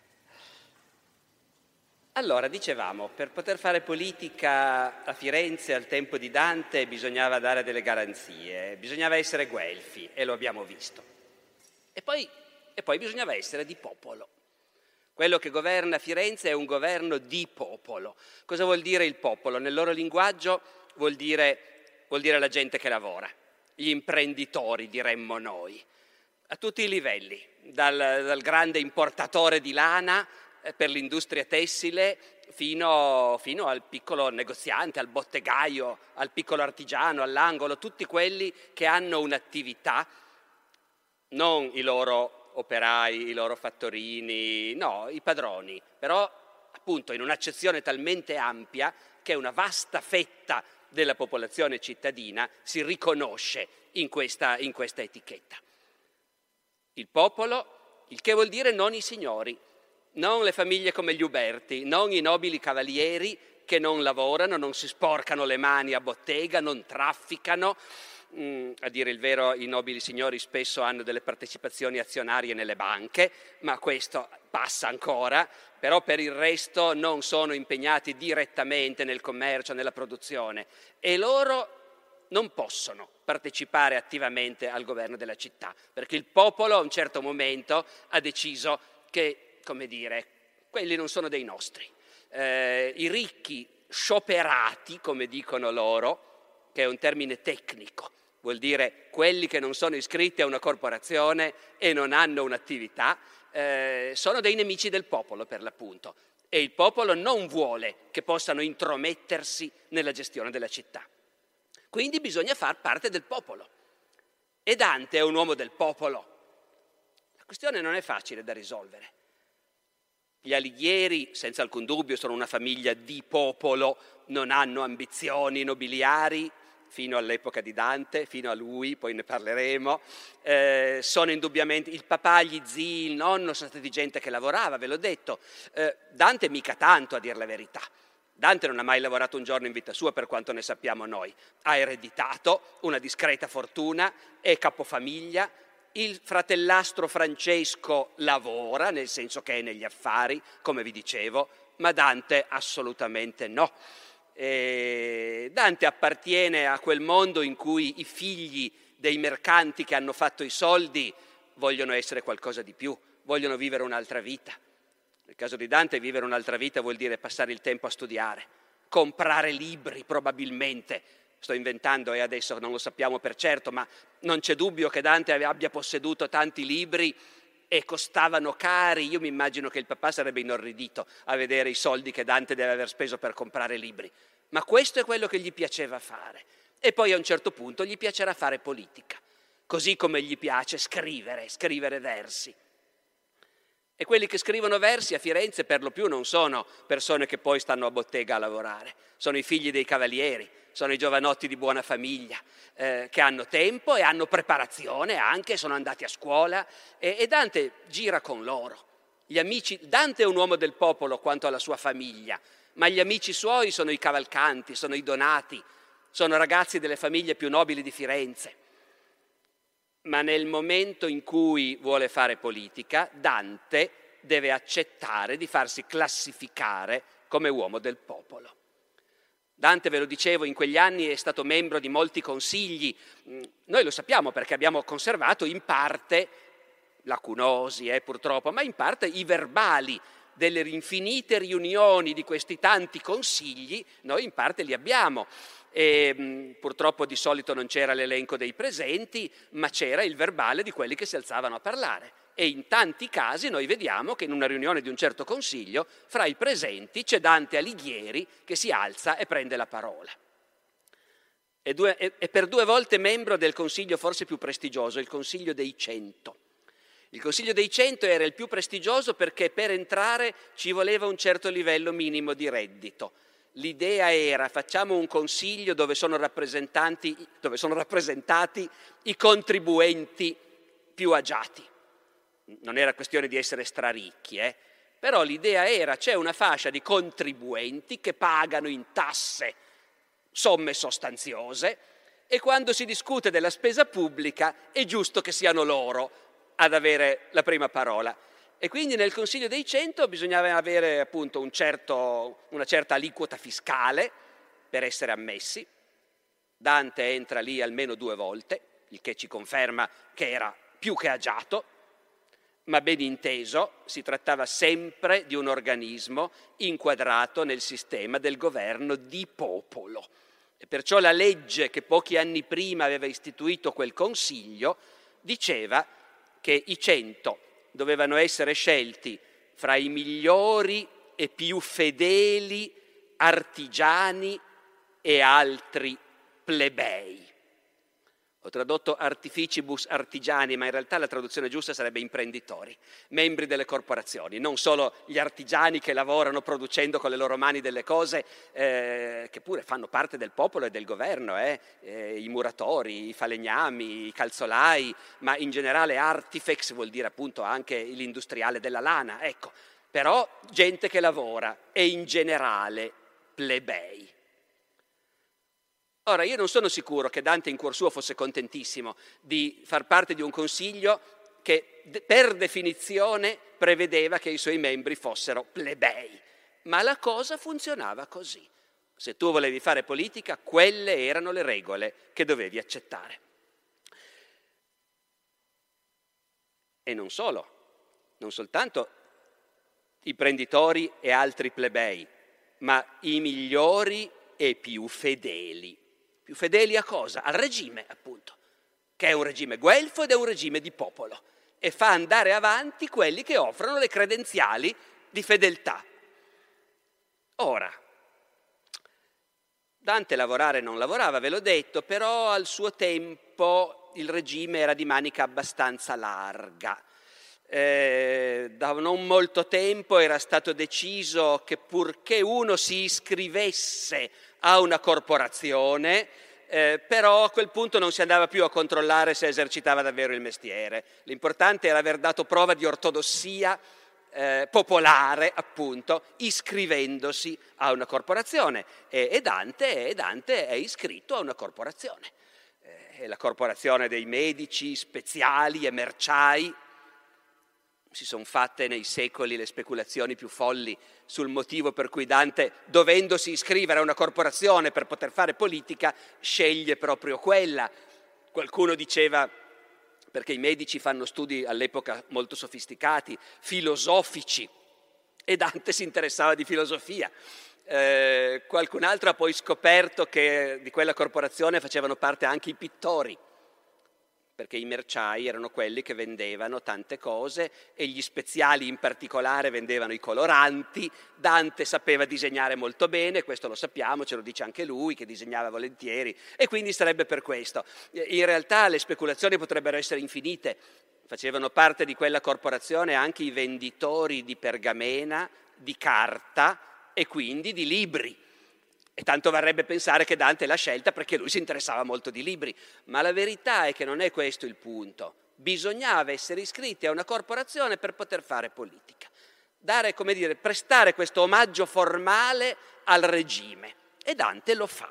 Allora, dicevamo, per poter fare politica a Firenze al tempo di Dante bisognava dare delle garanzie, bisognava essere guelfi, e lo abbiamo visto. E poi, e poi bisognava essere di popolo. Quello che governa Firenze è un governo di popolo. Cosa vuol dire il popolo? Nel loro linguaggio vuol dire, vuol dire la gente che lavora, gli imprenditori, diremmo noi, a tutti i livelli, dal, dal grande importatore di lana eh, per l'industria tessile fino, fino al piccolo negoziante, al bottegaio, al piccolo artigiano, all'angolo, tutti quelli che hanno un'attività, non i loro operai, i loro fattorini, no, i padroni, però appunto in un'accezione talmente ampia che una vasta fetta della popolazione cittadina si riconosce in questa, in questa etichetta. Il popolo, il che vuol dire non i signori, non le famiglie come gli Uberti, non i nobili cavalieri che non lavorano, non si sporcano le mani a bottega, non trafficano. Mm, a dire il vero, i nobili signori spesso hanno delle partecipazioni azionarie nelle banche, ma questo passa ancora, però per il resto non sono impegnati direttamente nel commercio, nella produzione, e loro non possono partecipare attivamente al governo della città, perché il popolo a un certo momento ha deciso che, come dire, quelli non sono dei nostri. Eh, i ricchi scioperati, come dicono loro, che è un termine tecnico, vuol dire quelli che non sono iscritti a una corporazione e non hanno un'attività, eh, sono dei nemici del popolo per l'appunto, e il popolo non vuole che possano intromettersi nella gestione della città. Quindi bisogna far parte del popolo. E Dante è un uomo del popolo. La questione non è facile da risolvere. Gli Alighieri, senza alcun dubbio, sono una famiglia di popolo, non hanno ambizioni nobiliari, fino all'epoca di Dante, fino a lui, poi ne parleremo. Eh, sono indubbiamente, il papà, gli zii, il nonno, sono stati gente che lavorava, ve l'ho detto. Eh, Dante mica tanto, a dir la verità. Dante non ha mai lavorato un giorno in vita sua, per quanto ne sappiamo noi. Ha ereditato una discreta fortuna, è capofamiglia. Il fratellastro Francesco lavora, nel senso che è negli affari, come vi dicevo, ma Dante assolutamente no. E Dante appartiene a quel mondo in cui i figli dei mercanti che hanno fatto i soldi vogliono essere qualcosa di più, vogliono vivere un'altra vita. Nel caso di Dante vivere un'altra vita vuol dire passare il tempo a studiare, comprare libri probabilmente. Sto inventando e adesso non lo sappiamo per certo, ma non c'è dubbio che Dante abbia posseduto tanti libri e costavano cari. Io mi immagino che il papà sarebbe inorridito a vedere i soldi che Dante deve aver speso per comprare libri. Ma questo è quello che gli piaceva fare. E poi a un certo punto gli piacerà fare politica, così come gli piace scrivere, scrivere versi. E quelli che scrivono versi a Firenze per lo più non sono persone che poi stanno a bottega a lavorare, sono i figli dei cavalieri, sono i giovanotti di buona famiglia, eh, che hanno tempo e hanno preparazione anche, sono andati a scuola e, e Dante gira con loro. Gli amici, Dante è un uomo del popolo quanto alla sua famiglia, ma gli amici suoi sono i Cavalcanti, sono i Donati, sono ragazzi delle famiglie più nobili di Firenze. Ma nel momento in cui vuole fare politica, Dante deve accettare di farsi classificare come uomo del popolo. Dante, ve lo dicevo, in quegli anni è stato membro di molti consigli. Noi lo sappiamo perché abbiamo conservato in parte, lacunosi eh, purtroppo, ma in parte i verbali delle infinite riunioni di questi tanti consigli, noi in parte li abbiamo. E, mh, purtroppo di solito non c'era l'elenco dei presenti, ma c'era il verbale di quelli che si alzavano a parlare. E in tanti casi noi vediamo che in una riunione di un certo consiglio, fra i presenti c'è Dante Alighieri che si alza e prende la parola. È, due, è, è per due volte membro del consiglio forse più prestigioso, il Consiglio dei Cento. Il Consiglio dei Cento era il più prestigioso perché per entrare ci voleva un certo livello minimo di reddito. L'idea era facciamo un consiglio dove sono, rappresentanti, dove sono rappresentati i contribuenti più agiati. Non era questione di essere straricchi, eh? Però l'idea era c'è una fascia di contribuenti che pagano in tasse somme sostanziose e quando si discute della spesa pubblica è giusto che siano loro ad avere la prima parola. E quindi nel Consiglio dei Cento bisognava avere appunto un certo, una certa aliquota fiscale per essere ammessi. Dante entra lì almeno due volte, il che ci conferma che era più che agiato, ma ben inteso si trattava sempre di un organismo inquadrato nel sistema del governo di popolo. E perciò la legge che pochi anni prima aveva istituito quel Consiglio diceva che i cento dovevano essere scelti fra i migliori e più fedeli artigiani e altri plebei. Ho tradotto artificibus artigiani, ma in realtà la traduzione giusta sarebbe imprenditori, membri delle corporazioni, non solo gli artigiani che lavorano producendo con le loro mani delle cose, eh, che pure fanno parte del popolo e del governo, eh, eh, i muratori, i falegnami, i calzolai, ma in generale artifex vuol dire appunto anche l'industriale della lana, ecco, però gente che lavora e in generale plebei. Ora, io non sono sicuro che Dante in cuor suo fosse contentissimo di far parte di un consiglio che per definizione prevedeva che i suoi membri fossero plebei, ma la cosa funzionava così. Se tu volevi fare politica, quelle erano le regole che dovevi accettare. E non solo, non soltanto i prenditori e altri plebei, ma i migliori e più fedeli. Più fedeli a cosa? Al regime, appunto, che è un regime guelfo ed è un regime di popolo e fa andare avanti quelli che offrono le credenziali di fedeltà. Ora, Dante lavorare non lavorava, ve l'ho detto, però al suo tempo il regime era di manica abbastanza larga. Eh, da non molto tempo era stato deciso che purché uno si iscrivesse a una corporazione, eh, però a quel punto non si andava più a controllare se esercitava davvero il mestiere. L'importante era aver dato prova di ortodossia eh, popolare, appunto, iscrivendosi a una corporazione. E, e, Dante, e Dante è iscritto a una corporazione. Eh, è la corporazione dei medici, speziali e merciai. Si sono fatte nei secoli le speculazioni più folli sul motivo per cui Dante, dovendosi iscrivere a una corporazione per poter fare politica, sceglie proprio quella. Qualcuno diceva perché i medici fanno studi all'epoca molto sofisticati, filosofici, e Dante si interessava di filosofia. Eh, qualcun altro ha poi scoperto che di quella corporazione facevano parte anche i pittori, perché i merciai erano quelli che vendevano tante cose e gli speziali in particolare vendevano i coloranti. Dante sapeva disegnare molto bene, questo lo sappiamo, ce lo dice anche lui, che disegnava volentieri, e quindi sarebbe per questo. In realtà le speculazioni potrebbero essere infinite. Facevano parte di quella corporazione anche i venditori di pergamena, di carta e quindi di libri. E tanto varrebbe pensare che Dante l'ha scelta perché lui si interessava molto di libri, ma la verità è che non è questo il punto. Bisognava essere iscritti a una corporazione per poter fare politica, dare, come dire, prestare questo omaggio formale al regime, e Dante lo fa.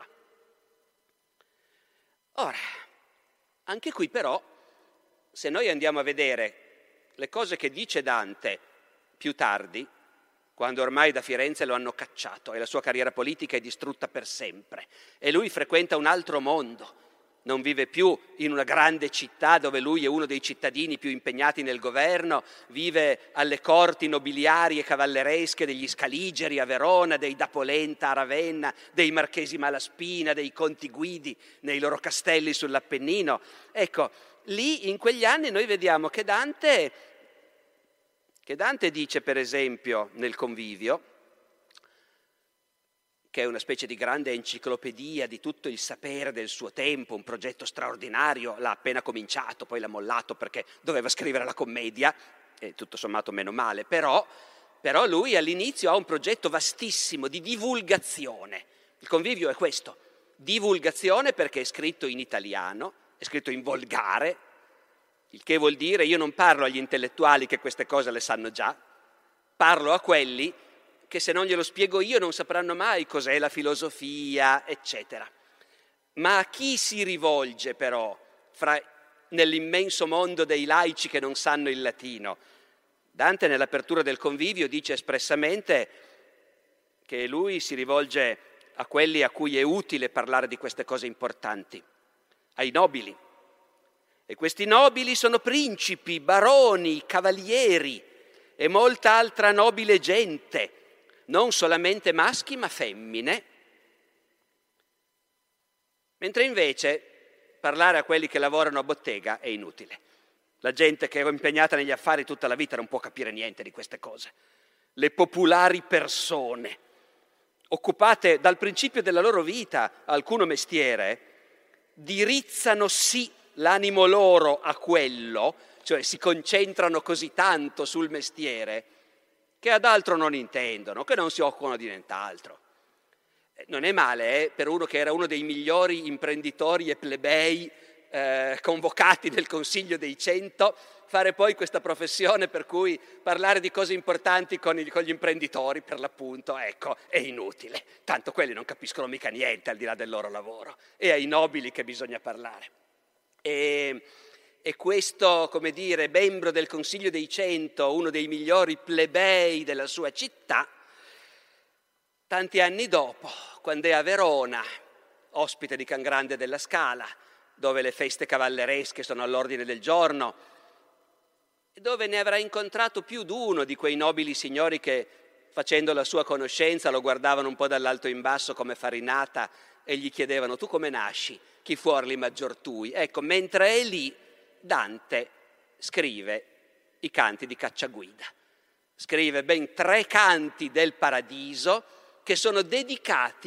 Ora, anche qui però, se noi andiamo a vedere le cose che dice Dante più tardi, quando ormai da Firenze lo hanno cacciato e la sua carriera politica è distrutta per sempre, e lui frequenta un altro mondo, non vive più in una grande città dove lui è uno dei cittadini più impegnati nel governo, vive alle corti nobiliari e cavalleresche degli Scaligeri a Verona, dei da Polenta a Ravenna, dei marchesi Malaspina, dei conti Guidi nei loro castelli sull'Appennino. Ecco, lì in quegli anni noi vediamo che Dante... che Dante dice, per esempio, nel Convivio, che è una specie di grande enciclopedia di tutto il sapere del suo tempo, un progetto straordinario, l'ha appena cominciato, poi l'ha mollato perché doveva scrivere la commedia, e tutto sommato meno male, però, però lui all'inizio ha un progetto vastissimo di divulgazione. Il Convivio è questo, divulgazione, perché è scritto in italiano, è scritto in volgare, il che vuol dire io non parlo agli intellettuali che queste cose le sanno già, parlo a quelli che se non glielo spiego io non sapranno mai cos'è la filosofia, eccetera. Ma a chi si rivolge però fra, nell'immenso mondo dei laici che non sanno il latino? Dante nell'apertura del Convivio dice espressamente che lui si rivolge a quelli a cui è utile parlare di queste cose importanti, ai nobili. E questi nobili sono principi, baroni, cavalieri e molta altra nobile gente, non solamente maschi ma femmine. Mentre invece parlare a quelli che lavorano a bottega è inutile. La gente che è impegnata negli affari tutta la vita non può capire niente di queste cose. Le popolari persone, occupate dal principio della loro vita alcuno mestiere, dirizzano sì l'animo loro a quello, cioè si concentrano così tanto sul mestiere, che ad altro non intendono, che non si occupano di nient'altro. Non è male eh, per uno che era uno dei migliori imprenditori e plebei eh, convocati nel Consiglio dei Cento, fare poi questa professione per cui parlare di cose importanti con, i, con gli imprenditori, per l'appunto, ecco, è inutile. Tanto quelli non capiscono mica niente al di là del loro lavoro. È ai nobili che bisogna parlare. E, e questo, come dire, membro del Consiglio dei Cento, uno dei migliori plebei della sua città, tanti anni dopo, quando è a Verona, ospite di Can Grande della Scala, dove le feste cavalleresche sono all'ordine del giorno, dove ne avrà incontrato più d'uno di quei nobili signori che, facendo la sua conoscenza, lo guardavano un po' dall'alto in basso come farinata e gli chiedevano: tu come nasci? Chi fuorli maggior tui? Ecco, mentre è lì, Dante scrive i canti di Cacciaguida. Scrive ben tre canti del Paradiso che sono dedicati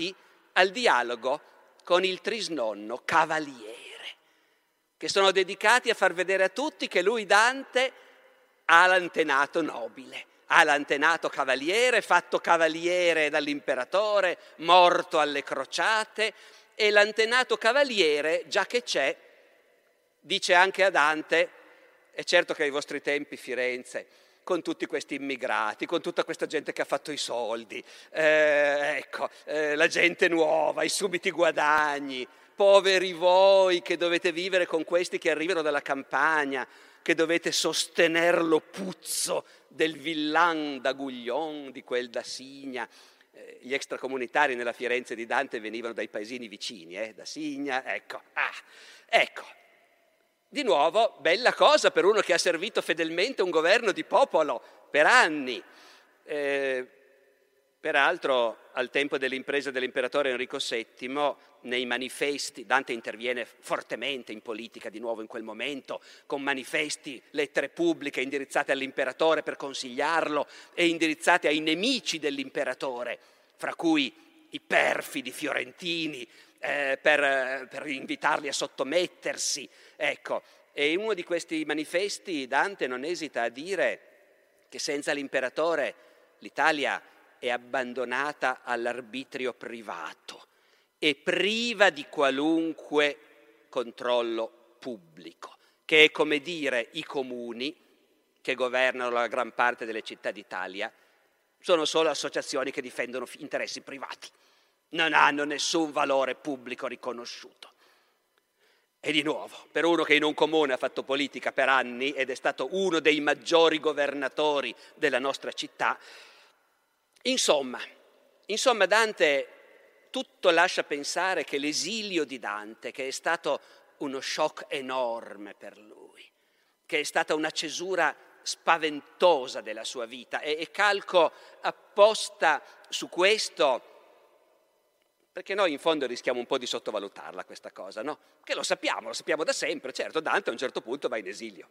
al dialogo con il trisnonno Cavaliere, che sono dedicati a far vedere a tutti che lui, Dante, ha l'antenato nobile, ha l'antenato cavaliere, fatto cavaliere dall'imperatore, morto alle crociate, e l'antenato cavaliere, già che c'è, dice anche a Dante: è certo che ai vostri tempi Firenze, con tutti questi immigrati, con tutta questa gente che ha fatto i soldi, eh, ecco, eh, la gente nuova, i subiti guadagni, poveri voi che dovete vivere con questi che arrivano dalla campagna, che dovete sostenere lo puzzo del villan d'Aguglion, di quel da Signa. Eh, gli extracomunitari nella Firenze di Dante venivano dai paesini vicini, eh, da Signa, ecco, ah, ecco. Di nuovo, bella cosa per uno che ha servito fedelmente un governo di popolo per anni. Eh, peraltro, al tempo dell'impresa dell'imperatore Enrico settimo, nei manifesti, Dante interviene fortemente in politica di nuovo in quel momento, con manifesti, lettere pubbliche indirizzate all'imperatore per consigliarlo e indirizzate ai nemici dell'imperatore, fra cui i perfidi fiorentini, eh, per, per invitarli a sottomettersi. Ecco, e in uno di questi manifesti Dante non esita a dire che senza l'imperatore l'Italia è abbandonata all'arbitrio privato e priva di qualunque controllo pubblico, che è come dire i comuni che governano la gran parte delle città d'Italia sono solo associazioni che difendono interessi privati, non hanno nessun valore pubblico riconosciuto. E di nuovo, per uno che in un comune ha fatto politica per anni ed è stato uno dei maggiori governatori della nostra città, insomma, insomma Dante tutto lascia pensare che l'esilio di Dante, che è stato uno shock enorme per lui, che è stata una cesura spaventosa della sua vita, e, e calco apposta su questo, perché noi in fondo rischiamo un po' di sottovalutarla questa cosa, no? Che lo sappiamo, lo sappiamo da sempre, certo, Dante a un certo punto va in esilio.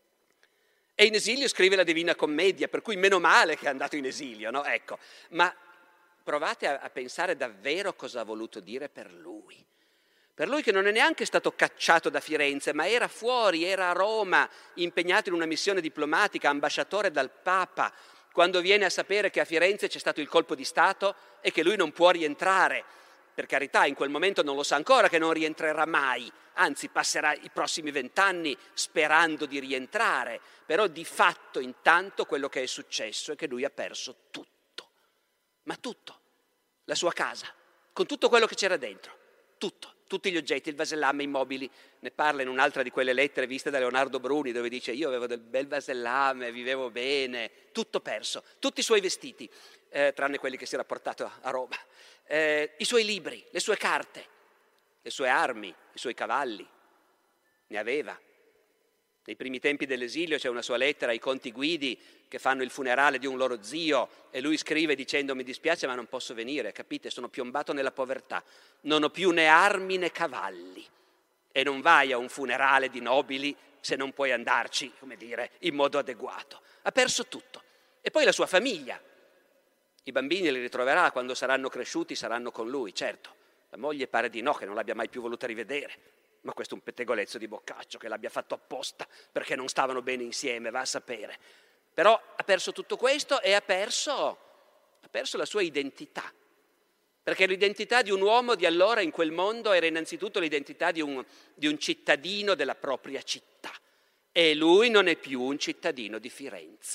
E in esilio scrive la Divina Commedia, per cui meno male che è andato in esilio, no? Ecco, ma provate a, a pensare davvero cosa ha voluto dire per lui. Per lui che non è neanche stato cacciato da Firenze, ma era fuori, era a Roma, impegnato in una missione diplomatica, ambasciatore dal Papa, quando viene a sapere che a Firenze c'è stato il colpo di Stato e che lui non può rientrare. Per carità, in quel momento non lo sa ancora che non rientrerà mai, anzi passerà i prossimi vent'anni sperando di rientrare, però di fatto intanto quello che è successo è che lui ha perso tutto, ma tutto, la sua casa, con tutto quello che c'era dentro, tutto, tutti gli oggetti, il vasellame, i mobili. Ne parla in un'altra di quelle lettere viste da Leonardo Bruni, dove dice: io avevo del bel vasellame, vivevo bene, tutto perso, tutti i suoi vestiti, eh, tranne quelli che si era portato a Roma, eh, i suoi libri, le sue carte, le sue armi, i suoi cavalli, ne aveva. Nei primi tempi dell'esilio c'è una sua lettera ai conti Guidi che fanno il funerale di un loro zio e lui scrive dicendo: mi dispiace ma non posso venire, capite, sono piombato nella povertà, non ho più né armi né cavalli. E non vai a un funerale di nobili se non puoi andarci, come dire, in modo adeguato. Ha perso tutto. E poi la sua famiglia. I bambini li ritroverà quando saranno cresciuti, saranno con lui, certo. La moglie pare di no, che non l'abbia mai più voluta rivedere. Ma questo è un pettegolezzo di Boccaccio che l'abbia fatto apposta perché non stavano bene insieme, va a sapere. Però ha perso tutto questo e ha perso, ha perso la sua identità. Perché l'identità di un uomo di allora in quel mondo era innanzitutto l'identità di un, di un cittadino della propria città. E lui non è più un cittadino di Firenze.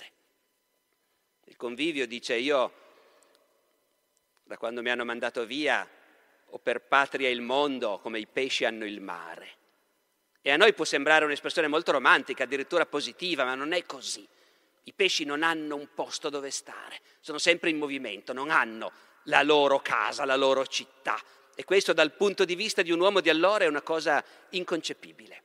Il convivio dice: io, da quando mi hanno mandato via, ho per patria il mondo come i pesci hanno il mare. E a noi può sembrare un'espressione molto romantica, addirittura positiva, ma non è così. I pesci non hanno un posto dove stare, sono sempre in movimento, non hanno la loro casa, la loro città. E questo dal punto di vista di un uomo di allora è una cosa inconcepibile.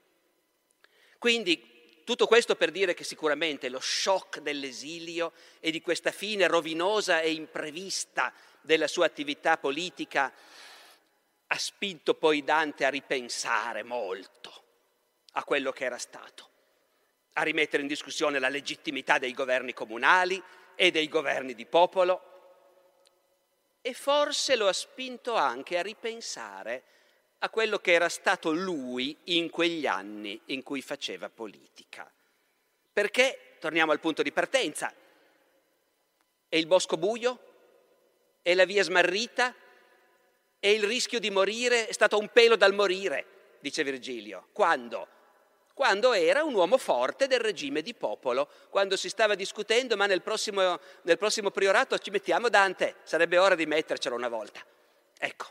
Quindi tutto questo per dire che sicuramente lo shock dell'esilio e di questa fine rovinosa e imprevista della sua attività politica ha spinto poi Dante a ripensare molto a quello che era stato, a rimettere in discussione la legittimità dei governi comunali e dei governi di popolo, e forse lo ha spinto anche a ripensare a quello che era stato lui in quegli anni in cui faceva politica. Perché, torniamo al punto di partenza, è il bosco buio? È la via smarrita? È il rischio di morire? È stato un pelo dal morire, dice Virgilio. Quando? Quando era un uomo forte del regime di popolo, quando si stava discutendo, ma nel prossimo, nel prossimo priorato ci mettiamo Dante, sarebbe ora di mettercelo una volta. Ecco.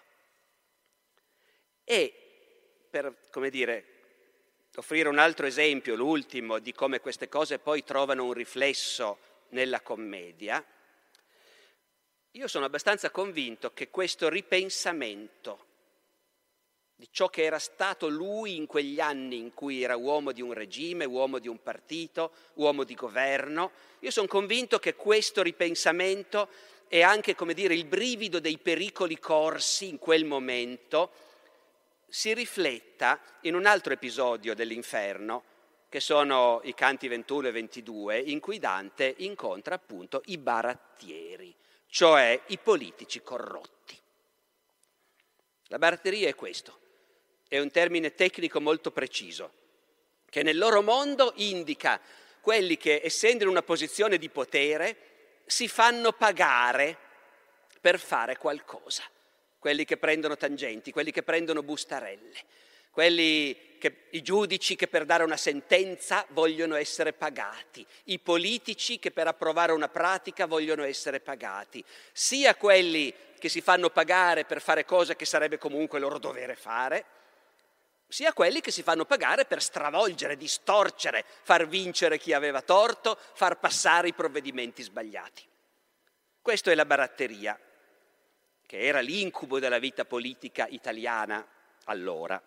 E per, come dire, offrire un altro esempio, l'ultimo, di come queste cose poi trovano un riflesso nella commedia, io sono abbastanza convinto che questo ripensamento di ciò che era stato lui in quegli anni in cui era uomo di un regime, uomo di un partito, uomo di governo, io sono convinto che questo ripensamento è anche, come dire, il brivido dei pericoli corsi in quel momento, si rifletta in un altro episodio dell'Inferno, che sono i canti ventuno e ventidue, in cui Dante incontra appunto i barattieri, cioè i politici corrotti. La baratteria è questo, è un termine tecnico molto preciso, che nel loro mondo indica quelli che, essendo in una posizione di potere, si fanno pagare per fare qualcosa. Quelli che prendono tangenti, quelli che prendono bustarelle, quelli che, i giudici che per dare una sentenza vogliono essere pagati, i politici che per approvare una pratica vogliono essere pagati, sia quelli che si fanno pagare per fare cose che sarebbe comunque loro dovere fare, sia quelli che si fanno pagare per stravolgere, distorcere, far vincere chi aveva torto, far passare i provvedimenti sbagliati. Questo è la baratteria, che era l'incubo della vita politica italiana allora.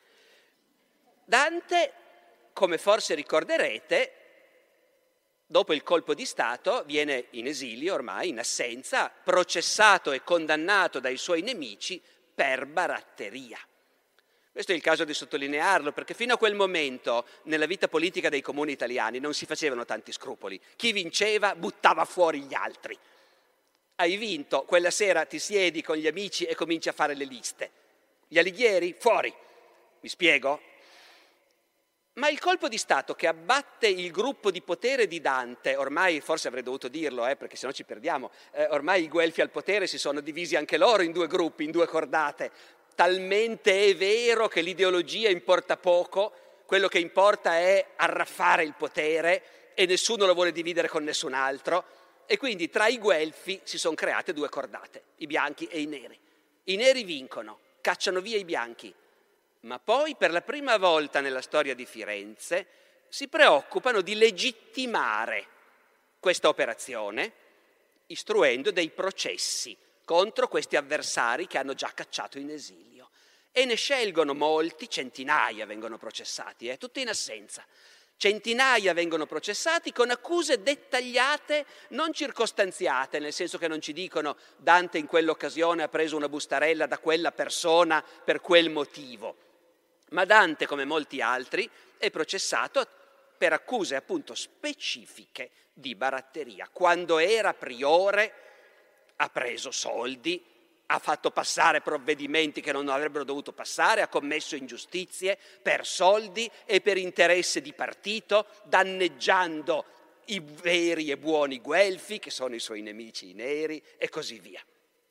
Dante, come forse ricorderete, dopo il colpo di Stato viene in esilio ormai, in assenza, processato e condannato dai suoi nemici per baratteria. Questo è il caso di sottolinearlo, perché fino a quel momento nella vita politica dei comuni italiani non si facevano tanti scrupoli. Chi vinceva buttava fuori gli altri. Hai vinto, quella sera ti siedi con gli amici e cominci a fare le liste. Gli alighieri? Fuori. Mi spiego? Ma il colpo di Stato che abbatte il gruppo di potere di Dante, ormai forse avrei dovuto dirlo, eh, perché sennò ci perdiamo, eh, ormai i Guelfi al potere si sono divisi anche loro in due gruppi, in due cordate. Talmente è vero che l'ideologia importa poco, quello che importa è arraffare il potere e nessuno lo vuole dividere con nessun altro. E quindi tra i Guelfi si sono create due cordate, i bianchi e i neri. I neri vincono, cacciano via i bianchi, ma poi per la prima volta nella storia di Firenze si preoccupano di legittimare questa operazione istruendo dei processi contro questi avversari che hanno già cacciato in esilio. E ne scelgono molti, centinaia vengono processati, eh, tutti in assenza. Centinaia vengono processati con accuse dettagliate, non circostanziate, nel senso che non ci dicono Dante in quell'occasione ha preso una bustarella da quella persona per quel motivo. Ma Dante, come molti altri, è processato per accuse appunto specifiche di baratteria. Quando era priore ha preso soldi, ha fatto passare provvedimenti che non avrebbero dovuto passare, ha commesso ingiustizie per soldi e per interesse di partito, danneggiando i veri e buoni Guelfi, che sono i suoi nemici i neri, e così via.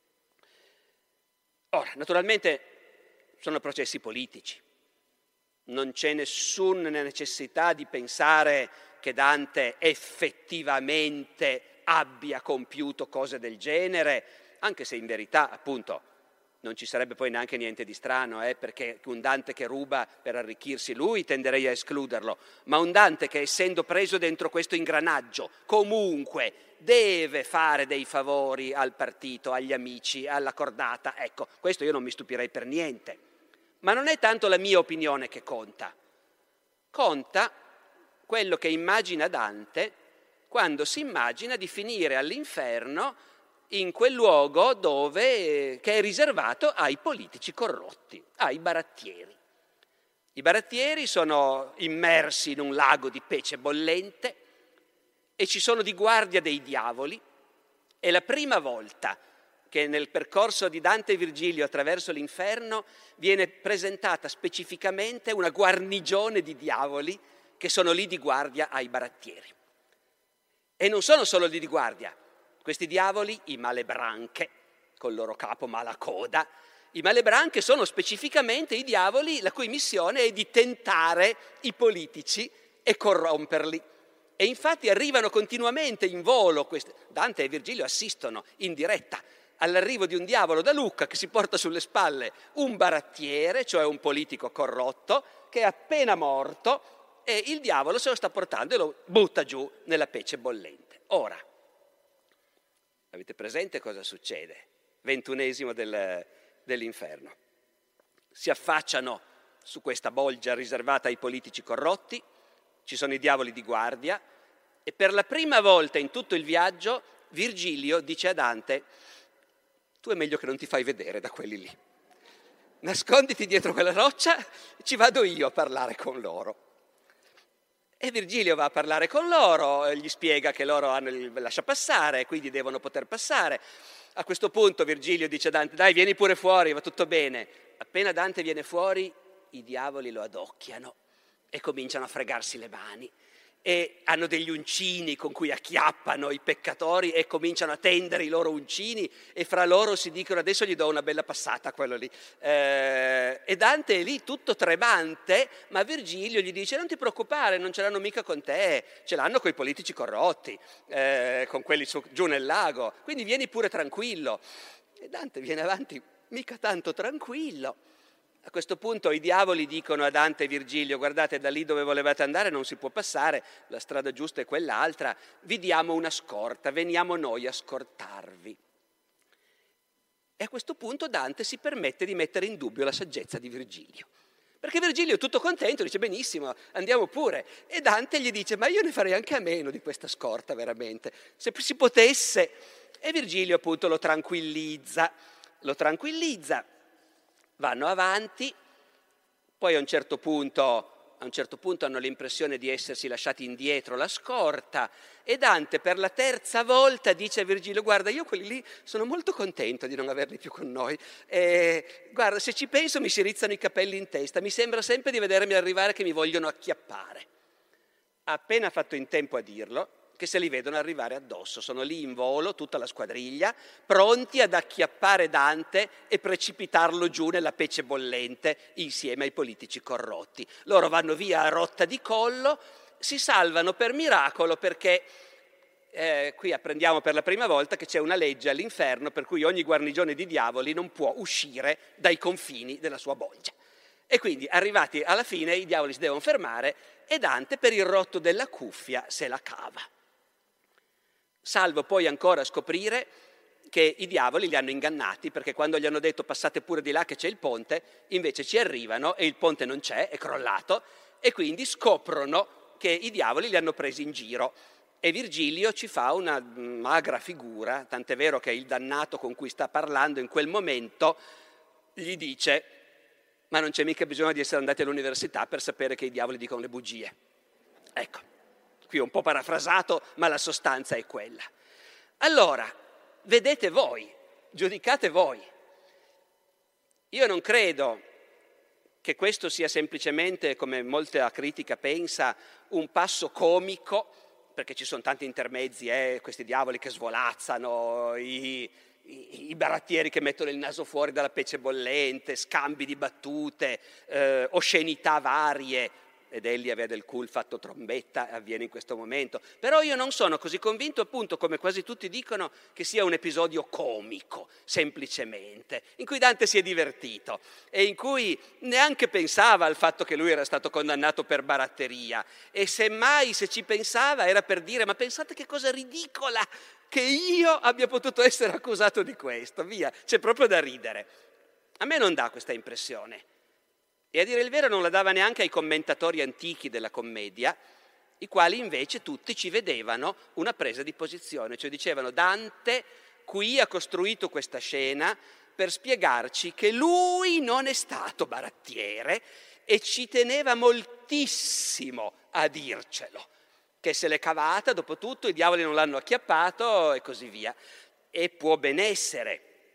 Ora, naturalmente sono processi politici. Non c'è nessuna necessità di pensare che Dante effettivamente abbia compiuto cose del genere, anche se in verità, appunto, non ci sarebbe poi neanche niente di strano, eh, perché un Dante che ruba per arricchirsi lui tenderei a escluderlo, ma un Dante che, essendo preso dentro questo ingranaggio, comunque deve fare dei favori al partito, agli amici, alla cordata, ecco, questo io non mi stupirei per niente. Ma non è tanto la mia opinione che conta, conta quello che immagina Dante quando si immagina di finire all'inferno in quel luogo dove, che è riservato ai politici corrotti, ai barattieri. I barattieri sono immersi in un lago di pece bollente e ci sono di guardia dei diavoli. È la prima volta che nel percorso di Dante e Virgilio attraverso l'inferno viene presentata specificamente una guarnigione di diavoli che sono lì di guardia ai barattieri. E non sono solo lì di guardia, questi diavoli, i malebranche, col loro capo malacoda, i malebranche sono specificamente i diavoli la cui missione è di tentare i politici e corromperli. E infatti arrivano continuamente in volo, questi. Dante e Virgilio assistono in diretta all'arrivo di un diavolo da Lucca che si porta sulle spalle un barattiere, cioè un politico corrotto, che è appena morto e il diavolo se lo sta portando e lo butta giù nella pece bollente. Ora, avete presente cosa succede? Ventunesimo del, dell'inferno. Si affacciano su questa bolgia riservata ai politici corrotti, ci sono i diavoli di guardia e per la prima volta in tutto il viaggio Virgilio dice a Dante: tu è meglio che non ti fai vedere da quelli lì. Nasconditi dietro quella roccia, ci vado io a parlare con loro. E Virgilio va a parlare con loro, gli spiega che loro hanno il lascia passare, quindi devono poter passare. A questo punto Virgilio dice a Dante: dai, vieni pure fuori, va tutto bene. Appena Dante viene fuori, i diavoli lo adocchiano e cominciano a fregarsi le mani. E hanno degli uncini con cui acchiappano i peccatori e cominciano a tendere i loro uncini e fra loro si dicono: adesso gli do una bella passata a quello lì. Eh, e Dante è lì tutto tremante, ma Virgilio gli dice: non ti preoccupare, non ce l'hanno mica con te, ce l'hanno coi politici corrotti, eh, con quelli su, giù nel lago, quindi vieni pure tranquillo. E Dante viene avanti mica tanto tranquillo. A questo punto i diavoli dicono a Dante e Virgilio: guardate, da lì dove volevate andare non si può passare, la strada giusta è quell'altra, vi diamo una scorta, veniamo noi a scortarvi. E a questo punto Dante si permette di mettere in dubbio la saggezza di Virgilio, perché Virgilio è tutto contento, dice: benissimo, andiamo pure. E Dante gli dice: ma io ne farei anche a meno di questa scorta, veramente, se si potesse. E Virgilio appunto lo tranquillizza, lo tranquillizza. Vanno avanti, poi a un certo punto, a un certo punto hanno l'impressione di essersi lasciati indietro la scorta e Dante per la terza volta dice a Virgilio: guarda, io quelli lì sono molto contento di non averli più con noi, e, guarda, se ci penso mi si rizzano i capelli in testa, mi sembra sempre di vedermi arrivare che mi vogliono acchiappare. Ha appena fatto in tempo a dirlo che se li vedono arrivare addosso, sono lì in volo, tutta la squadriglia, pronti ad acchiappare Dante e precipitarlo giù nella pece bollente insieme ai politici corrotti. Loro vanno via a rotta di collo, si salvano per miracolo perché eh, qui apprendiamo per la prima volta che c'è una legge all'inferno per cui ogni guarnigione di diavoli non può uscire dai confini della sua bolgia. E quindi arrivati alla fine i diavoli si devono fermare e Dante per il rotto della cuffia se la cava. Salvo poi ancora scoprire che i diavoli li hanno ingannati, perché quando gli hanno detto passate pure di là che c'è il ponte, invece ci arrivano e il ponte non c'è, è crollato, e quindi scoprono che i diavoli li hanno presi in giro. E Virgilio ci fa una magra figura, tant'è vero che il dannato con cui sta parlando in quel momento gli dice: ma non c'è mica bisogno di essere andati all'università per sapere che i diavoli dicono le bugie. Ecco. Qui è un po' parafrasato, ma la sostanza è quella. Allora, vedete voi, giudicate voi. Io non credo che questo sia semplicemente, come molta critica pensa, un passo comico, perché ci sono tanti intermezzi, eh, questi diavoli che svolazzano, i, i, i barattieri che mettono il naso fuori dalla pece bollente, scambi di battute, eh, oscenità varie. Ed Elia vede il cul fatto trombetta, avviene in questo momento. Però io non sono così convinto, appunto, come quasi tutti dicono, che sia un episodio comico, semplicemente, in cui Dante si è divertito e in cui neanche pensava al fatto che lui era stato condannato per baratteria. E semmai, se ci pensava, era per dire: ma pensate che cosa ridicola che io abbia potuto essere accusato di questo, via, c'è proprio da ridere. A me non dà questa impressione. E a dire il vero non la dava neanche ai commentatori antichi della commedia, i quali invece tutti ci vedevano una presa di posizione, cioè dicevano: Dante qui ha costruito questa scena per spiegarci che lui non è stato barattiere e ci teneva moltissimo a dircelo, che se l'è cavata, dopo tutto i diavoli non l'hanno acchiappato e così via. E può ben essere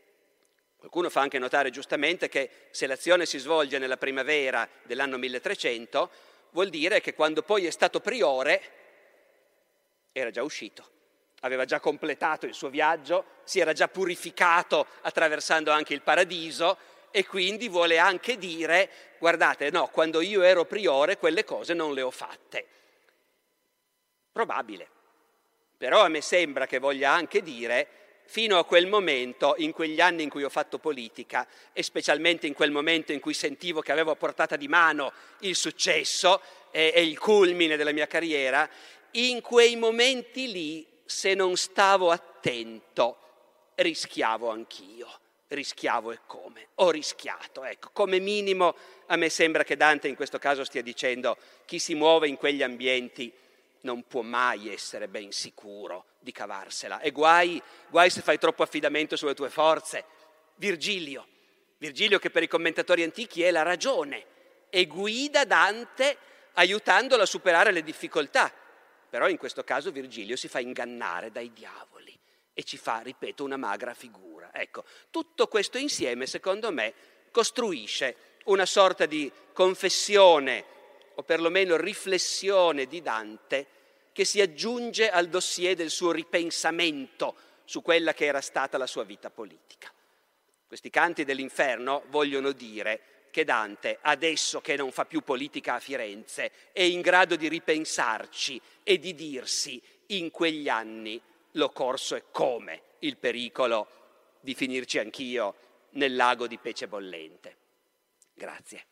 Qualcuno fa anche notare giustamente che se l'azione si svolge nella primavera dell'anno milletrecento, vuol dire che quando poi è stato priore era già uscito, aveva già completato il suo viaggio, si era già purificato attraversando anche il paradiso e quindi vuole anche dire, guardate, no, quando io ero priore quelle cose non le ho fatte. Probabile, però a me sembra che voglia anche dire, fino a quel momento, in quegli anni in cui ho fatto politica e specialmente in quel momento in cui sentivo che avevo a portata di mano il successo e, e il culmine della mia carriera, in quei momenti lì, se non stavo attento, rischiavo anch'io, rischiavo e come, ho rischiato, ecco, come minimo a me sembra che Dante in questo caso stia dicendo chi si muove in quegli ambienti non può mai essere ben sicuro di cavarsela e guai, guai se fai troppo affidamento sulle tue forze. Virgilio, Virgilio che per i commentatori antichi è la ragione e guida Dante aiutandolo a superare le difficoltà. Però in questo caso Virgilio si fa ingannare dai diavoli e ci fa, ripeto, una magra figura. Ecco, tutto questo insieme, secondo me, costruisce una sorta di confessione o perlomeno riflessione di Dante che si aggiunge al dossier del suo ripensamento su quella che era stata la sua vita politica. Questi canti dell'inferno vogliono dire che Dante, adesso che non fa più politica a Firenze, è in grado di ripensarci e di dirsi in quegli anni l'ho corso e come il pericolo di finirci anch'io nel lago di pece bollente. Grazie.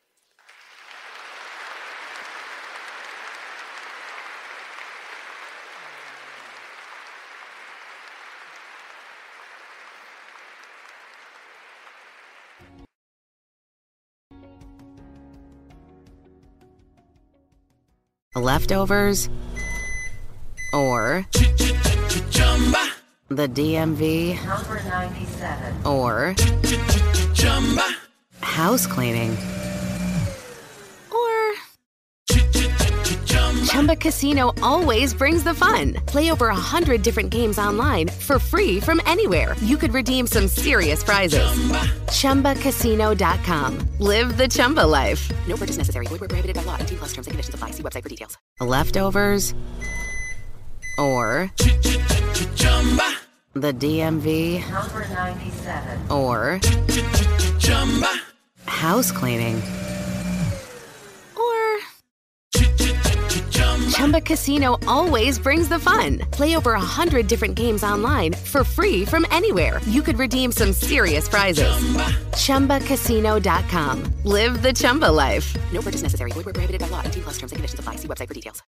Leftovers or the D M V Number ninety-seven or house cleaning or Chumba Casino always brings the fun. Play over a hundred different games online for free from anywhere. You could redeem some serious prizes. Chumba Casino dot com. Live the Chumba life. No purchase necessary. Void where prohibited by law. eighteen plus terms and conditions apply. See website for details. Leftovers or the D M V Number ninety-seven or house cleaning or Chumba Casino always brings the fun. Play over a hundred different games online for free from anywhere. You could redeem some serious prizes. Chumba Casino dot com. Live the Chumba life. No purchase necessary. Void where prohibited by law. eighteen plus terms and conditions apply. See website for details.